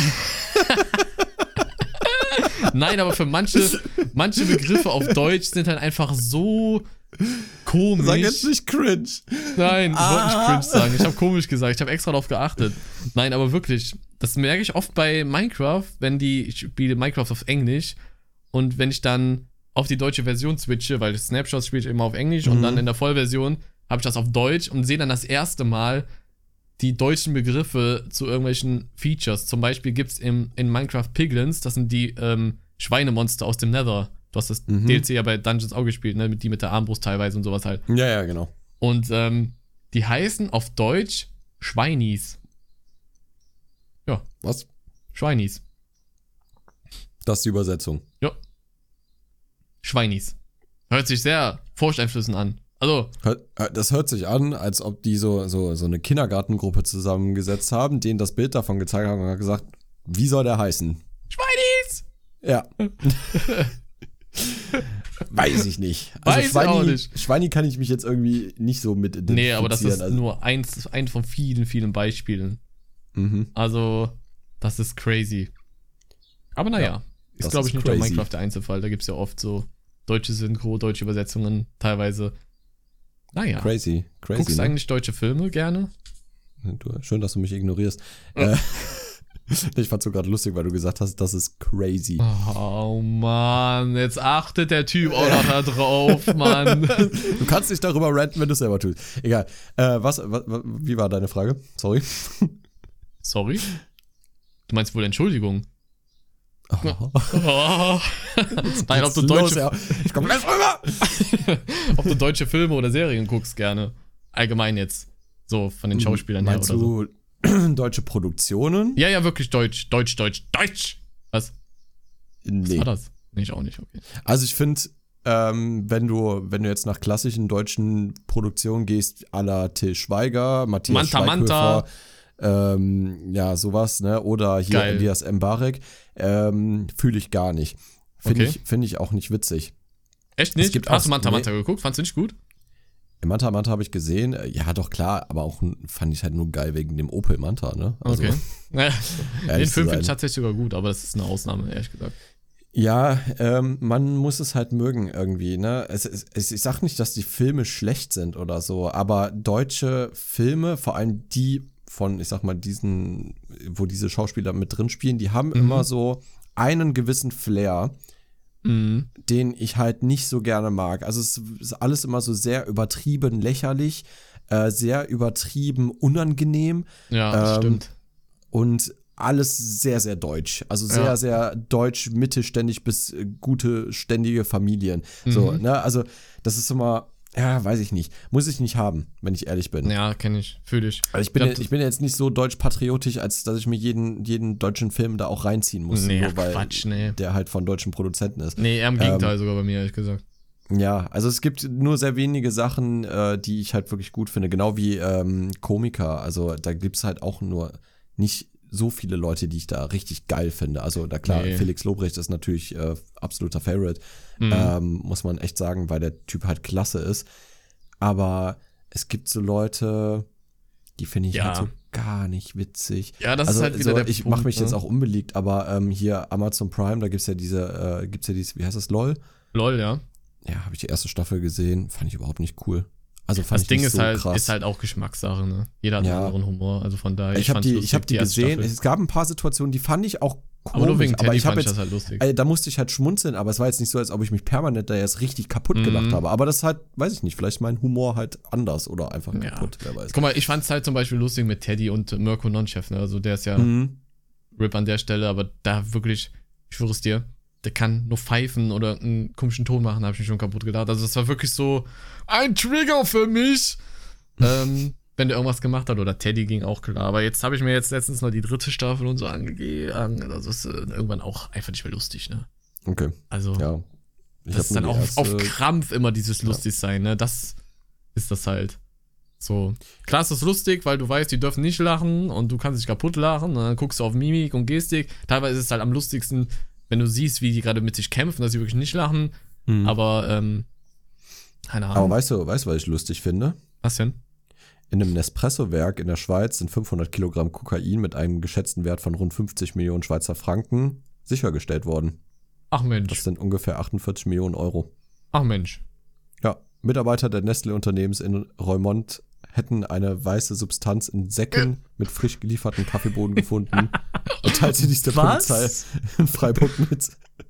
Nein, aber für manche Begriffe auf Deutsch sind halt einfach so komisch. Sag jetzt nicht cringe. Nein, ich wollte nicht cringe sagen. Ich habe komisch gesagt. Ich habe extra darauf geachtet. Nein, aber wirklich, das merke ich oft bei Minecraft, ich spiele Minecraft auf Englisch und wenn ich dann auf die deutsche Version switche, weil Snapshots spiele ich immer auf Englisch und dann in der Vollversion habe ich das auf Deutsch und sehe dann das erste Mal die deutschen Begriffe zu irgendwelchen Features. Zum Beispiel gibt es in Minecraft Piglins, das sind die Schweinemonster aus dem Nether. Du hast das DLC ja bei Dungeons auch gespielt, ne? Die mit der Armbrust teilweise und sowas halt. Ja, genau. Und Die heißen auf Deutsch Schweinis. Ja. Was? Schweinis. Das ist die Übersetzung. Ja. Schweinis. Hört sich sehr furchteinflößend an. Also. Das hört sich an, als ob die so eine Kindergartengruppe zusammengesetzt haben, denen das Bild davon gezeigt haben und gesagt, wie soll der heißen? Schweinis! Ja. Weiß ich nicht. Also Weiß auch nicht. Schweini kann ich mich jetzt irgendwie nicht so mit identifizieren. Nee, aber das ist nur ein von vielen, vielen Beispielen. Also, das ist crazy. Aber naja, ist glaube ich nicht nur Minecraft der Einzelfall. Da gibt es ja oft so deutsche Synchro, deutsche Übersetzungen teilweise. Naja. Crazy. Guckst du eigentlich deutsche Filme gerne? Schön, dass du mich ignorierst. Ich fand's so gerade lustig, weil du gesagt hast, das ist crazy. Oh Mann, jetzt achtet der Typ auch noch da drauf, Mann. Du kannst nicht darüber ranten, wenn du es selber tust. Egal. Wie war deine Frage? Sorry. Sorry? Du meinst wohl Entschuldigung? Nein, ob du deutsche... Ich komm gleich rüber! Ob du deutsche Filme oder Serien guckst gerne. Allgemein jetzt. So, von den Schauspielern her oder so. Meinst du deutsche Produktionen? Ja, wirklich Deutsch. Was? Nee. Was war das? Nee, ich auch nicht, okay. Also ich finde, wenn du jetzt nach klassischen deutschen Produktionen gehst, à la Til Schweiger, Matthias Schweighöfer, ja, sowas, ne? Oder hier Geil. Elias Mbarek, fühle ich gar nicht. Finde ich auch nicht witzig. Echt nicht? Hast du Manta Manta geguckt? Fandst du nicht gut? Manta Manta habe ich gesehen. Ja, doch, klar, aber auch fand ich halt nur geil wegen dem Opel Manta, ne? Also, okay. Den Film finde ich tatsächlich sogar gut, aber das ist eine Ausnahme, ehrlich gesagt. Ja, man muss es halt mögen irgendwie, ne? Ich sag nicht, dass die Filme schlecht sind oder so, aber deutsche Filme, vor allem die von, ich sag mal, wo diese Schauspieler mit drin spielen, die haben immer so einen gewissen Flair, den ich halt nicht so gerne mag. Also es ist alles immer so sehr übertrieben lächerlich, sehr übertrieben unangenehm. Ja, das stimmt. Und alles sehr, sehr deutsch. Also sehr, sehr deutsch, mittelständig bis gute, ständige Familien. So, ne? Also das ist immer, ja, weiß ich nicht. Muss ich nicht haben, wenn ich ehrlich bin. Ja, kenne ich. Fühle ich. Also ich bin jetzt nicht so deutsch-patriotisch, als dass ich mir jeden deutschen Film da auch reinziehen muss. Nee, nur weil Quatsch, nee. der halt von deutschen Produzenten ist. Nee, eher im Gegenteil sogar bei mir, ehrlich gesagt. Ja, also es gibt nur sehr wenige Sachen, die ich halt wirklich gut finde. Genau wie Komiker. Also da gibt es halt auch nur nicht so viele Leute, die ich da richtig geil finde. Also da klar, Felix Lobrecht ist natürlich absoluter Favorite. Muss man echt sagen, weil der Typ halt klasse ist. Aber es gibt so Leute, die finde ich halt so gar nicht witzig. Ja, das ist halt wieder der Punkt. Ich mache mich jetzt auch unbeliebt, aber hier Amazon Prime, da gibt's ja diese, wie heißt das, LOL? LOL, ja. Ja, habe ich die erste Staffel gesehen, fand ich überhaupt nicht cool. Also das Ding ist halt auch Geschmackssache, ne? Jeder hat einen anderen Humor, also von daher. Ich habe die gesehen, es gab ein paar Situationen, die fand ich auch komisch. Aber nur wegen Teddy ich fand ich das halt lustig. Da musste ich halt schmunzeln, aber es war jetzt nicht so, als ob ich mich permanent da jetzt richtig kaputt gelacht habe. Aber das ist halt, weiß ich nicht, vielleicht mein Humor halt anders oder einfach kaputt, wer weiß. Guck mal, ich fand es halt zum Beispiel lustig mit Teddy und Mirko Nonchef, ne? Also der ist ja RIP an der Stelle, aber da wirklich, ich schwöre es dir, der kann nur pfeifen oder einen komischen Ton machen, habe ich mich schon kaputt gedacht. Also das war wirklich so ein Trigger für mich, wenn der irgendwas gemacht hat. Oder Teddy ging auch klar. Aber jetzt habe ich mir letztens noch die 3. Staffel und so angegeben. Also das ist irgendwann auch einfach nicht mehr lustig, ne? Okay. Also ja. Das ist dann auch auf Krampf immer dieses Lustigsein, ne? Das ist das halt. So. Klar ist das lustig, weil du weißt, die dürfen nicht lachen und du kannst dich kaputt lachen. Und dann guckst du auf Mimik und Gestik. Teilweise ist es halt am lustigsten, wenn du siehst, wie die gerade mit sich kämpfen, dass sie wirklich nicht lachen. Aber, keine Ahnung. Aber weißt du, was ich lustig finde? Was denn? In einem Nespresso-Werk in der Schweiz sind 500 Kilogramm Kokain mit einem geschätzten Wert von rund 50 Millionen Schweizer Franken sichergestellt worden. Ach Mensch. Das sind ungefähr 48 Millionen Euro. Ach Mensch. Ja, Mitarbeiter der Nestle-Unternehmens in Reumont hätten eine weiße Substanz in Säcken mit frisch gelieferten Kaffeebohnen gefunden und teilte dies der Polizei in Freiburg mit.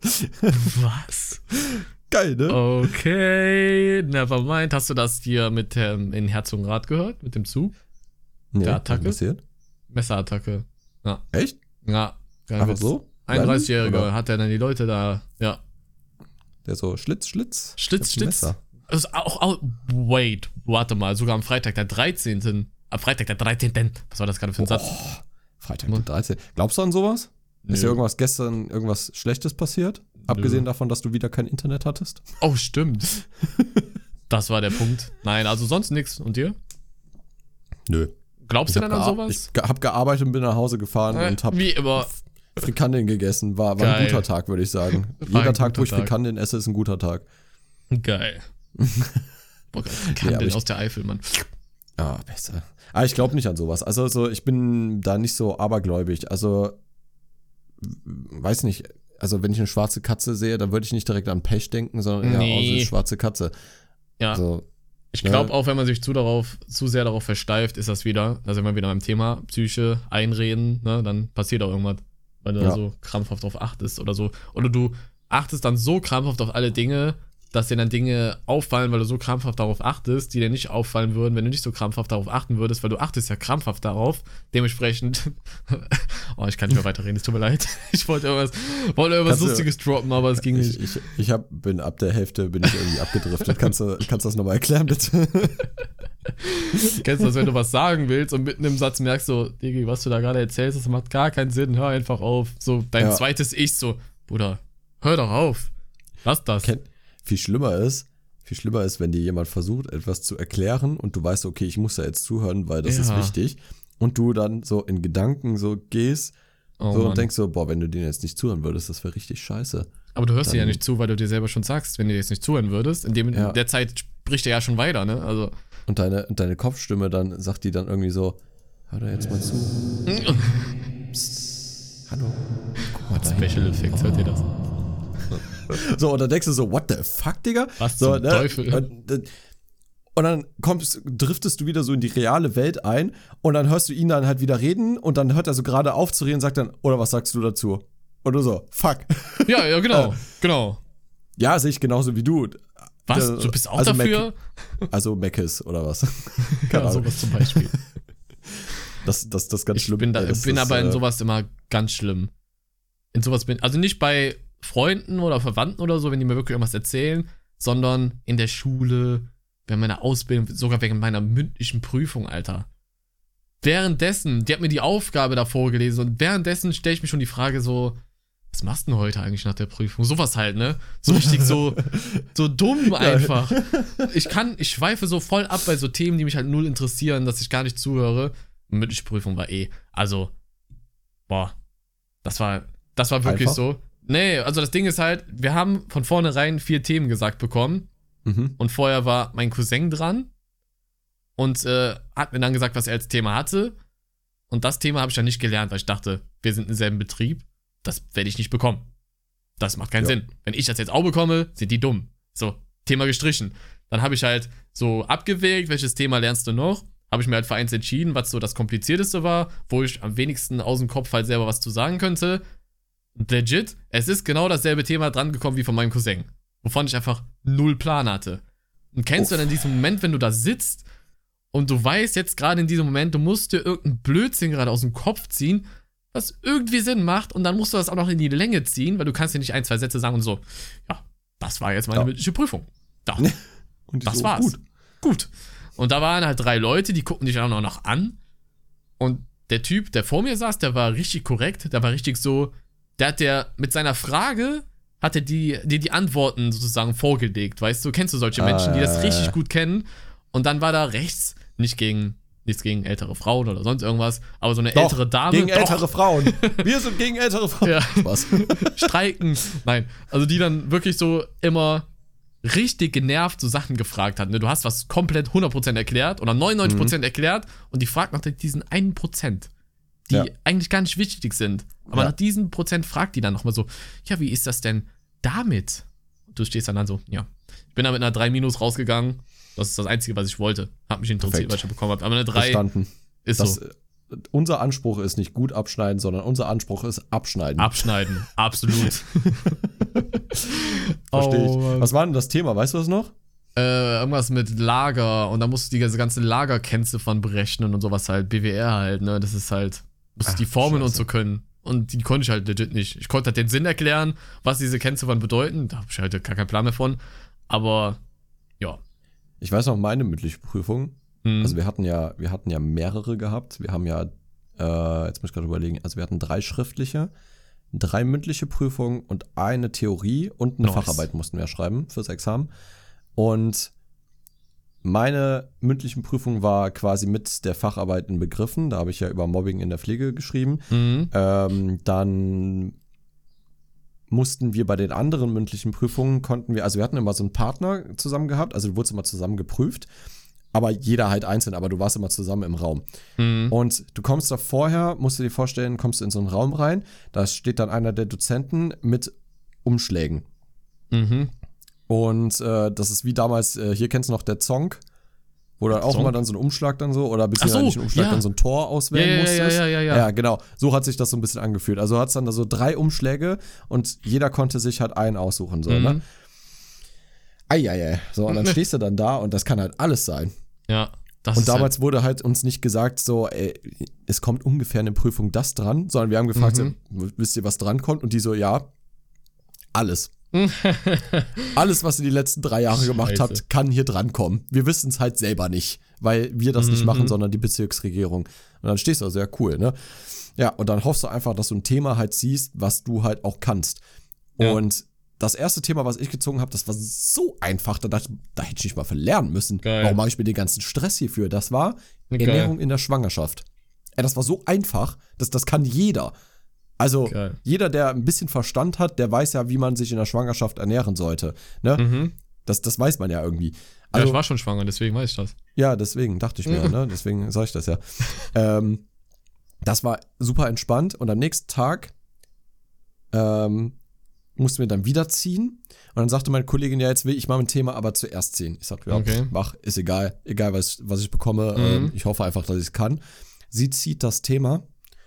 Was? Geil, ne? Okay, never mind. Hast du das hier mit in Herzogenrath gehört? Mit dem Zug? Nee, der Attacke? Was passiert? Messerattacke. Ja. Echt? Ja. Einfach so? 31-Jähriger hat er dann die Leute da, ja. Der so Schlitz. Schlitz. Also warte mal, sogar am Freitag der 13. Was war das gerade für ein Satz? Freitag der 13. Glaubst du an sowas? Nö. Ist ja gestern irgendwas Schlechtes passiert? Abgesehen davon, dass du wieder kein Internet hattest? Oh, stimmt. Das war der Punkt. Nein, also sonst nichts. Und dir? Nö. Glaubst du denn an sowas? Ich habe gearbeitet und bin nach Hause gefahren und habe wie immer Frikandel gegessen. War ein guter Tag, würde ich sagen. Jeder Tag, wo ich Frikandel esse, ist ein guter Tag. Geil. Boah, Frikandel aus der Eifel, Mann. Ja, besser. Aber ich glaube nicht an sowas. Also ich bin da nicht so abergläubig. Also, weiß nicht. Also, wenn ich eine schwarze Katze sehe, dann würde ich nicht direkt an Pech denken, sondern eher eine schwarze Katze. Ja. Also, ich glaube auch, wenn man sich zu sehr darauf versteift, ist das wieder, da sind wir wieder beim Thema Psyche, Einreden, ne, dann passiert auch irgendwas, weil du da so krampfhaft drauf achtest oder so. Oder du achtest dann so krampfhaft auf alle Dinge, dass dir dann Dinge auffallen, weil du so krampfhaft darauf achtest, die dir nicht auffallen würden, wenn du nicht so krampfhaft darauf achten würdest, weil du achtest ja krampfhaft darauf. Dementsprechend, ich kann nicht mehr weiterreden, es tut mir leid. Ich wollte irgendwas Lustiges droppen, aber es ging nicht. Bin ab der Hälfte irgendwie abgedriftet. Kannst du das nochmal erklären, bitte? Kennst du das, wenn du was sagen willst und mitten im Satz merkst so, Digi, was du da gerade erzählst, das macht gar keinen Sinn, hör einfach auf. So, dein zweites Ich so, Bruder, hör doch auf. Lass das. Viel schlimmer ist, wenn dir jemand versucht, etwas zu erklären und du weißt, okay, ich muss da jetzt zuhören, weil das ist wichtig. Und du dann so in Gedanken so gehst und denkst so, boah, wenn du denen jetzt nicht zuhören würdest, das wäre richtig scheiße. Aber du hörst dir ja nicht zu, weil du dir selber schon sagst, wenn du dir jetzt nicht zuhören würdest, in der Zeit spricht er ja schon weiter, ne? Also. Und deine Kopfstimme dann sagt die dann irgendwie so, hör da jetzt mal zu. Psst, hallo. Guck mal, Special Effects, hört ihr das? So, und dann denkst du so, what the fuck, Digga? Was zum Teufel? Und dann driftest du wieder so in die reale Welt ein und dann hörst du ihn dann halt wieder reden und dann hört er so gerade auf zu reden und sagt dann, oder was sagst du dazu? Und du so, fuck. Ja, genau. Ja, sehe ich genauso wie du. Was? Du bist auch dafür? Meckes oder was? Keine Ahnung. Sowas zum Beispiel. Das ganz schlimm. Ich bin aber in sowas immer ganz schlimm. Also nicht bei Freunden oder Verwandten oder so, wenn die mir wirklich irgendwas erzählen, sondern in der Schule, während meiner Ausbildung, sogar während meiner mündlichen Prüfung, Alter. Währenddessen, die hat mir die Aufgabe da vorgelesen und währenddessen stelle ich mir schon die Frage so, was machst du denn heute eigentlich nach der Prüfung? Sowas halt, ne? So richtig so dumm einfach. Ich schweife so voll ab bei so Themen, die mich halt null interessieren, dass ich gar nicht zuhöre. Mündliche Prüfung war also, das war wirklich einfach so. Nee, also das Ding ist halt, wir haben von vornherein 4 Themen gesagt bekommen. Und vorher war mein Cousin dran und hat mir dann gesagt, was er als Thema hatte. Und das Thema habe ich dann nicht gelernt, weil ich dachte, wir sind im selben Betrieb. Das werde ich nicht bekommen. Das macht keinen Sinn. Wenn ich das jetzt auch bekomme, sind die dumm. So, Thema gestrichen. Dann habe ich halt so abgewägt, welches Thema lernst du noch? Habe ich mir halt für eins entschieden, was so das Komplizierteste war, wo ich am wenigsten aus dem Kopf halt selber was zu sagen könnte. Und legit, es ist genau dasselbe Thema dran gekommen wie von meinem Cousin. Wovon ich einfach null Plan hatte. Und kennst du dann diesen Moment, wenn du da sitzt und du weißt jetzt gerade in diesem Moment, du musst dir irgendeinen Blödsinn gerade aus dem Kopf ziehen, was irgendwie Sinn macht und dann musst du das auch noch in die Länge ziehen, weil du kannst dir nicht 1, 2 Sätze sagen und so, ja, das war jetzt meine mündliche Prüfung. Und das war's. Gut. Und da waren halt 3 Leute, die gucken dich auch noch an und der Typ, der vor mir saß, der war richtig korrekt, der war richtig so, mit seiner Frage hat er die Antworten sozusagen vorgelegt, weißt du? Kennst du solche Menschen, die das richtig gut kennen? Und dann war da rechts, nichts gegen ältere Frauen oder sonst irgendwas, aber so eine ältere Dame. Gegen ältere Frauen. Wir sind gegen ältere Frauen. Ja. Spaß. Streiken. Nein, also die dann wirklich so immer richtig genervt so Sachen gefragt hat. Ne? Du hast was komplett 100% erklärt oder 99% erklärt und die fragt nach diesen 1%. Die eigentlich gar nicht wichtig sind. Aber nach diesem Prozent fragt die dann nochmal so, ja, wie ist das denn damit? Und du stehst dann so, ja. Ich bin da mit einer 3- rausgegangen. Das ist das Einzige, was ich wollte. Hat mich interessiert, was ich bekommen habe. Aber eine 3 ist so. Unser Anspruch ist nicht gut abschneiden, sondern unser Anspruch ist abschneiden. Abschneiden, absolut. Verstehe ich. Was war denn das Thema? Weißt du das noch? Irgendwas mit Lager und da musst du die ganze Lagerkennziffern berechnen und sowas halt. BWR halt, ne? Das ist halt, musst die Formeln und so können. Und die konnte ich halt legit nicht. Ich konnte halt den Sinn erklären, was diese Kennziffern bedeuten. Da habe ich halt gar keinen Plan mehr von. Aber Ja. Ich weiß noch, meine mündliche Prüfung, also wir hatten ja mehrere gehabt. Wir haben ja, jetzt muss ich gerade überlegen, also wir hatten 3 schriftliche, 3 mündliche Prüfungen und eine Theorie und eine Facharbeit mussten wir schreiben fürs Examen. Und meine mündlichen Prüfung war quasi mit der Facharbeit in Begriffen. Da habe ich ja über Mobbing in der Pflege geschrieben. Dann mussten wir bei den anderen mündlichen Prüfungen, also wir hatten immer so einen Partner zusammen gehabt, also du wurdest immer zusammen geprüft, aber jeder halt einzeln, aber du warst immer zusammen im Raum. Und du kommst da vorher, musst du dir vorstellen, kommst du in so einen Raum rein, da steht dann einer der Dozenten mit Umschlägen. Und das ist wie damals, hier kennst du noch der Zonk, wo dann auch immer dann so ein Umschlag dann so, oder beziehungsweise nicht ein Umschlag, dann so ein Tor auswählen musstest. Ja, genau. So hat sich das so ein bisschen angefühlt. Also hat es dann da so 3 Umschläge und jeder konnte sich halt einen aussuchen, so, ne? So, und dann stehst du dann da und das kann halt alles sein. Ja. Und damals wurde halt uns nicht gesagt, so, es kommt ungefähr eine Prüfung das dran, sondern wir haben gefragt, so, wisst ihr, was dran kommt? Und die so, ja, alles. Alles, was ihr die letzten 3 Jahre gemacht habt, kann hier dran kommen. Wir wissen es halt selber nicht, weil wir das nicht machen, sondern die Bezirksregierung. Und dann stehst du also, ja, cool, ne? Ja, und dann hoffst du einfach, dass du ein Thema halt siehst, was du halt auch kannst. Ja. Und das erste Thema, was ich gezogen habe, das war so einfach, da hätte ich nicht mal für lernen müssen. Geil. Warum mache ich mir den ganzen Stress hierfür? Das war Ernährung in der Schwangerschaft. Das war so einfach, das kann jeder. Also jeder, der ein bisschen Verstand hat, der weiß ja, wie man sich in der Schwangerschaft ernähren sollte. Ne? Das weiß man ja irgendwie. Also, ich war schon schwanger, deswegen weiß ich das. Ja, deswegen dachte ich mir, ne? Deswegen sage ich das ja. Das war super entspannt und am nächsten Tag mussten wir dann wieder ziehen und dann sagte meine Kollegin, ja, jetzt will ich mal ein Thema aber zuerst ziehen. Ich sagte, ja, mach, ist egal, was ich bekomme, ich hoffe einfach, dass ich es kann. Sie zieht das Thema,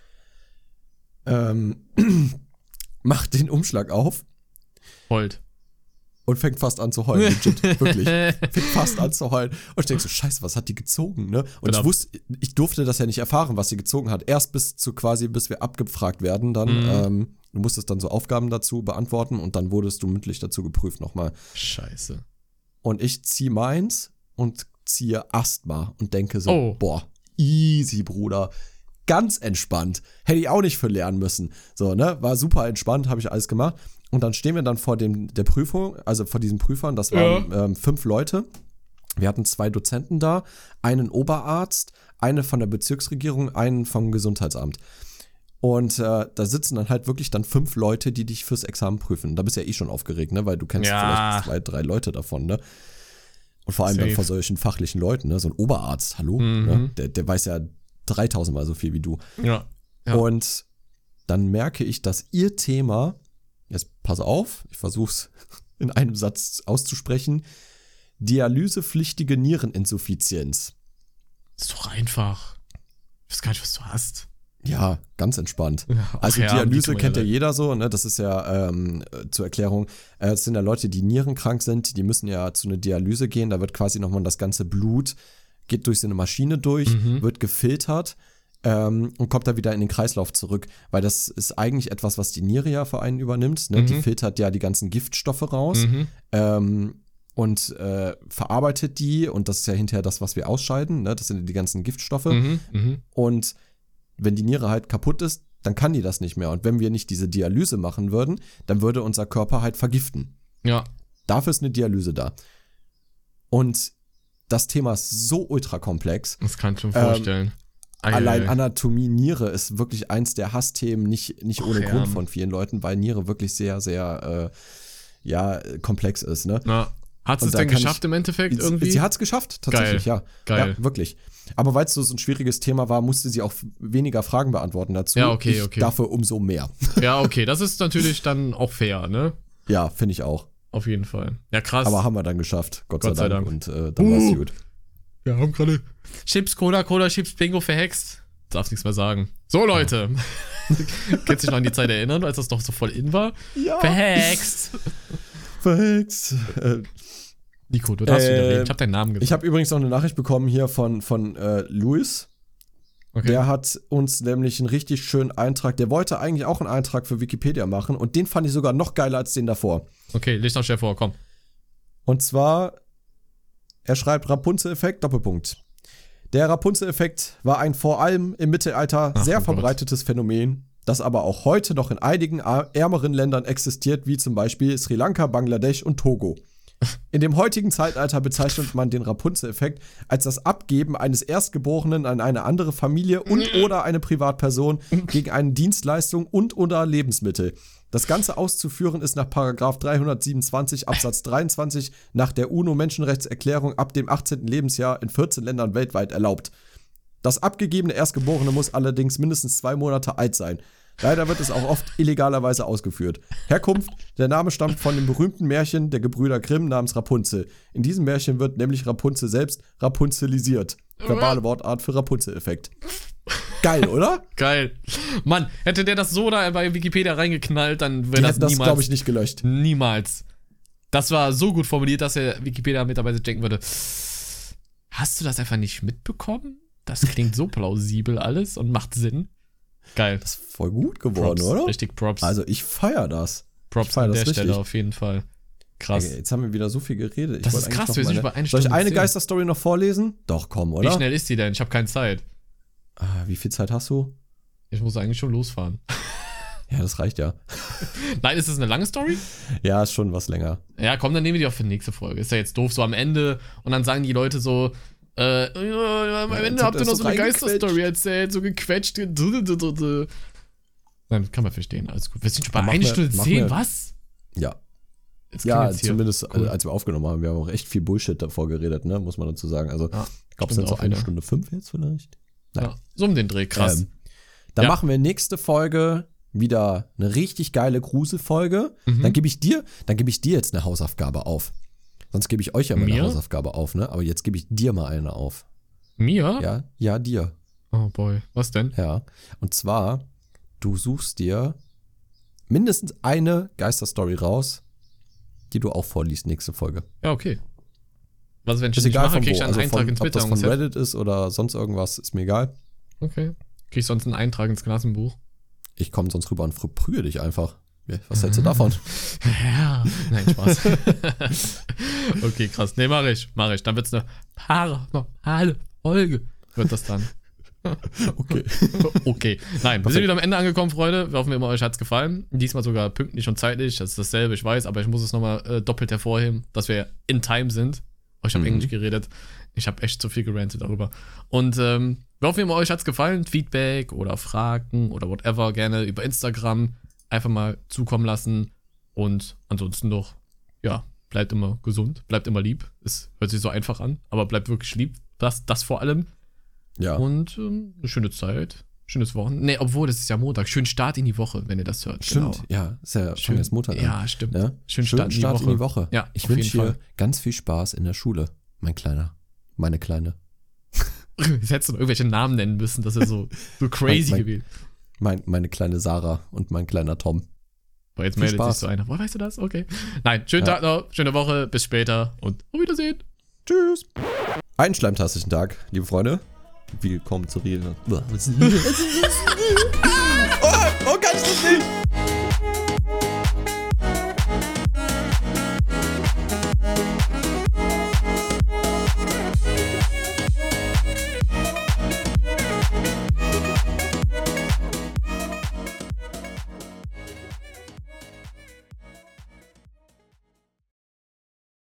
macht den Umschlag auf. Heult. Und fängt fast an zu heulen, legit, wirklich. Fängt fast an zu heulen. Und ich denke so, scheiße, was hat die gezogen, ne? Und ich durfte das ja nicht erfahren, was sie gezogen hat. Erst bis wir abgefragt werden, dann, du musstest dann so Aufgaben dazu beantworten und dann wurdest du mündlich dazu geprüft nochmal. Scheiße. Und ich ziehe meins und ziehe Asthma und denke so, boah, easy, Bruder. Ganz entspannt. Hätte ich auch nicht für lernen müssen. So, ne? War super entspannt, habe ich alles gemacht. Und dann stehen wir dann vor der Prüfung, also vor diesen Prüfern, das waren 5 Leute. Wir hatten 2 Dozenten da, einen Oberarzt, eine von der Bezirksregierung, einen vom Gesundheitsamt. Und da sitzen dann halt wirklich dann 5 Leute, die dich fürs Examen prüfen. Da bist du ja eh schon aufgeregt, ne? Weil du kennst vielleicht 2, 3 Leute davon, ne? Und vor allem dann vor solchen fachlichen Leuten, ne? So ein Oberarzt, hallo? Ne? Der weiß ja 3000 Mal so viel wie du. Ja. Und dann merke ich, dass ihr Thema, jetzt pass auf, ich versuche es in einem Satz auszusprechen, dialysepflichtige Niereninsuffizienz. Das ist doch einfach. Ich weiß gar nicht, was du hast. Ja, ganz entspannt. Also Dialyse kennt ja jeder so, ne? Das ist ja zur Erklärung, es sind ja Leute, die nierenkrank sind, die müssen ja zu einer Dialyse gehen, da wird quasi nochmal das ganze Blut, geht durch so eine Maschine durch, wird gefiltert und kommt dann wieder in den Kreislauf zurück, weil das ist eigentlich etwas, was die Niere ja für einen übernimmt, ne? Die filtert ja die ganzen Giftstoffe raus und verarbeitet die und das ist ja hinterher das, was wir ausscheiden, ne? Das sind die ganzen Giftstoffe und wenn die Niere halt kaputt ist, dann kann die das nicht mehr und wenn wir nicht diese Dialyse machen würden, dann würde unser Körper halt vergiften. Ja. Dafür ist eine Dialyse da. Und das Thema ist so ultra komplex. Das kann ich mir vorstellen. Allein Anatomie Niere ist wirklich eins der Hassthemen, nicht ohne Grund von vielen Leuten, weil Niere wirklich sehr, sehr komplex ist. Ne? Ja. Hat sie es denn geschafft im Endeffekt irgendwie? Sie hat es geschafft, tatsächlich, Geil. Geil. Ja, wirklich. Aber weil es so ein schwieriges Thema war, musste sie auch weniger Fragen beantworten dazu. Ja, okay. Dafür umso mehr. Ja, okay, das ist natürlich dann auch fair, ne? Ja, finde ich auch. Auf jeden Fall. Ja, krass. Aber haben wir dann geschafft, Gott sei Dank. Und dann war es gut. Wir haben gerade Chips, Cola, Chips, Bingo verhext. Darf nichts mehr sagen. So, Leute. Kannst du dich noch an die Zeit erinnern, als das doch so voll in war? Ja. Verhext. Nico, du darfst wieder reden. Ich habe deinen Namen gesagt. Ich habe übrigens noch eine Nachricht bekommen hier von Luis. Okay. Der hat uns nämlich einen richtig schönen Eintrag, der wollte eigentlich auch einen Eintrag für Wikipedia machen und den fand ich sogar noch geiler als den davor. Okay, leg doch schnell vor, komm. Und zwar Er schreibt Rapunzel-Effekt, Doppelpunkt. Der Rapunzel-Effekt war ein vor allem im Mittelalter sehr verbreitetes Phänomen, das aber auch heute noch in einigen ärmeren Ländern existiert, wie zum Beispiel Sri Lanka, Bangladesch und Togo. In dem heutigen Zeitalter bezeichnet man den Rapunzel-Effekt als das Abgeben eines Erstgeborenen an eine andere Familie und oder eine Privatperson gegen eine Dienstleistung und oder Lebensmittel. Das Ganze auszuführen ist nach § 327 Absatz 23 nach der UNO-Menschenrechtserklärung ab dem 18. Lebensjahr in 14 Ländern weltweit erlaubt. Das abgegebene Erstgeborene muss allerdings mindestens 2 Monate alt sein. Leider wird es auch oft illegalerweise ausgeführt. Herkunft: Der Name stammt von dem berühmten Märchen der Gebrüder Grimm namens Rapunzel. In diesem Märchen wird nämlich Rapunzel selbst rapunzelisiert. Verbale Wortart für Rapunzel-Effekt. Geil, oder? Geil. Mann, hätte der das so da bei Wikipedia reingeknallt, dann wäre das niemals... das, glaube ich, nicht gelöscht. Niemals. Das war so gut formuliert, dass der Wikipedia-Mitarbeiter denken würde, hast du das einfach nicht mitbekommen? Das klingt so plausibel alles und macht Sinn. Geil. Das ist voll gut geworden, Props, oder? Richtig Props. Also ich feiere das. Props an der Stelle auf jeden Fall. Krass. Ey, jetzt haben wir wieder so viel geredet. Das ist krass, wir sind über eine Soll Stunde ich eine Geisterstory noch vorlesen? Doch, komm, oder? Wie schnell ist die denn? Ich habe keine Zeit. Wie viel Zeit hast du? Ich muss eigentlich schon losfahren. Ja, das reicht ja. Nein, ist das eine lange Story? Ja, ist schon was länger. Ja, komm, dann nehmen wir die auch für die nächste Folge. Ist ja jetzt doof, so am Ende. Und dann sagen die Leute so, am Ende habt ihr noch so eine Geisterstory erzählt, so gequetscht. Dann kann man verstehen, alles gut. Wir sind schon bei 1 Stunde 10, was? Ja. Ja, zumindest cool. Als wir aufgenommen haben. Wir haben auch echt viel Bullshit davor geredet, ne? Muss man dazu sagen. Also, ich glaube, es sind so 1 Stunde 5 jetzt vielleicht. Nein. Ja, so um den Dreh, krass. Dann machen wir nächste Folge wieder eine richtig geile Gruselfolge. Dann gebe ich dir jetzt eine Hausaufgabe auf. Sonst gebe ich euch ja mal eine Hausaufgabe auf, ne? Aber jetzt gebe ich dir mal eine auf. Mir? Ja? Ja, dir. Oh boy, was denn? Ja, und zwar, du suchst dir mindestens eine Geisterstory raus, die du auch vorliest nächste Folge. Ja, okay. Was, wenn ich das nicht mache, krieg ich einen Eintrag ins Mitteilungsset? Ob das von Reddit ist oder sonst irgendwas, ist mir egal. Okay. Krieg ich sonst einen Eintrag ins Klassenbuch? Ich komme sonst rüber und verprühe dich einfach. Was hältst du davon? Ja, nein, Spaß. Okay, krass. Nee, mach ich. Dann wird's eine paranormale Folge. Wird das dann. Okay. Okay. Nein, wir sind wieder am Ende angekommen, Freunde. Wir hoffen, euch hat's gefallen. Diesmal sogar pünktlich und zeitlich. Das ist dasselbe, ich weiß, aber ich muss es nochmal doppelt hervorheben, dass wir in time sind. Oh, ich habe Englisch geredet. Ich habe echt zu viel gerantet darüber. Und wir hoffen, euch hat's gefallen. Feedback oder Fragen oder whatever gerne über Instagram einfach mal zukommen lassen. Und ansonsten doch, ja, bleibt immer gesund, bleibt immer lieb. Es hört sich so einfach an, aber bleibt wirklich lieb. Das vor allem. Ja. Und eine schöne Zeit. Schönes Wochenende. Nee, obwohl, das ist ja Montag. Schönen Start in die Woche, wenn ihr das hört. Stimmt, genau. Ja. Ist ja schon jetzt Montag. Ja, stimmt. Ja? Schönen Start in die Woche. Ja, ich wünsche dir ganz viel Spaß in der Schule, mein Kleiner. Meine Kleine. Jetzt hättest du noch irgendwelche Namen nennen müssen, das ist so crazy gewesen. Meine kleine Sarah und mein kleiner Tom. Boah, jetzt meldet sich so einer. Woher weißt du das? Okay. Nein, schönen Tag noch, schöne Woche, bis später und auf Wiedersehen. Tschüss. Einen schleimtastischen Tag, liebe Freunde. Willkommen zu Real. Oh, kann ich das nicht?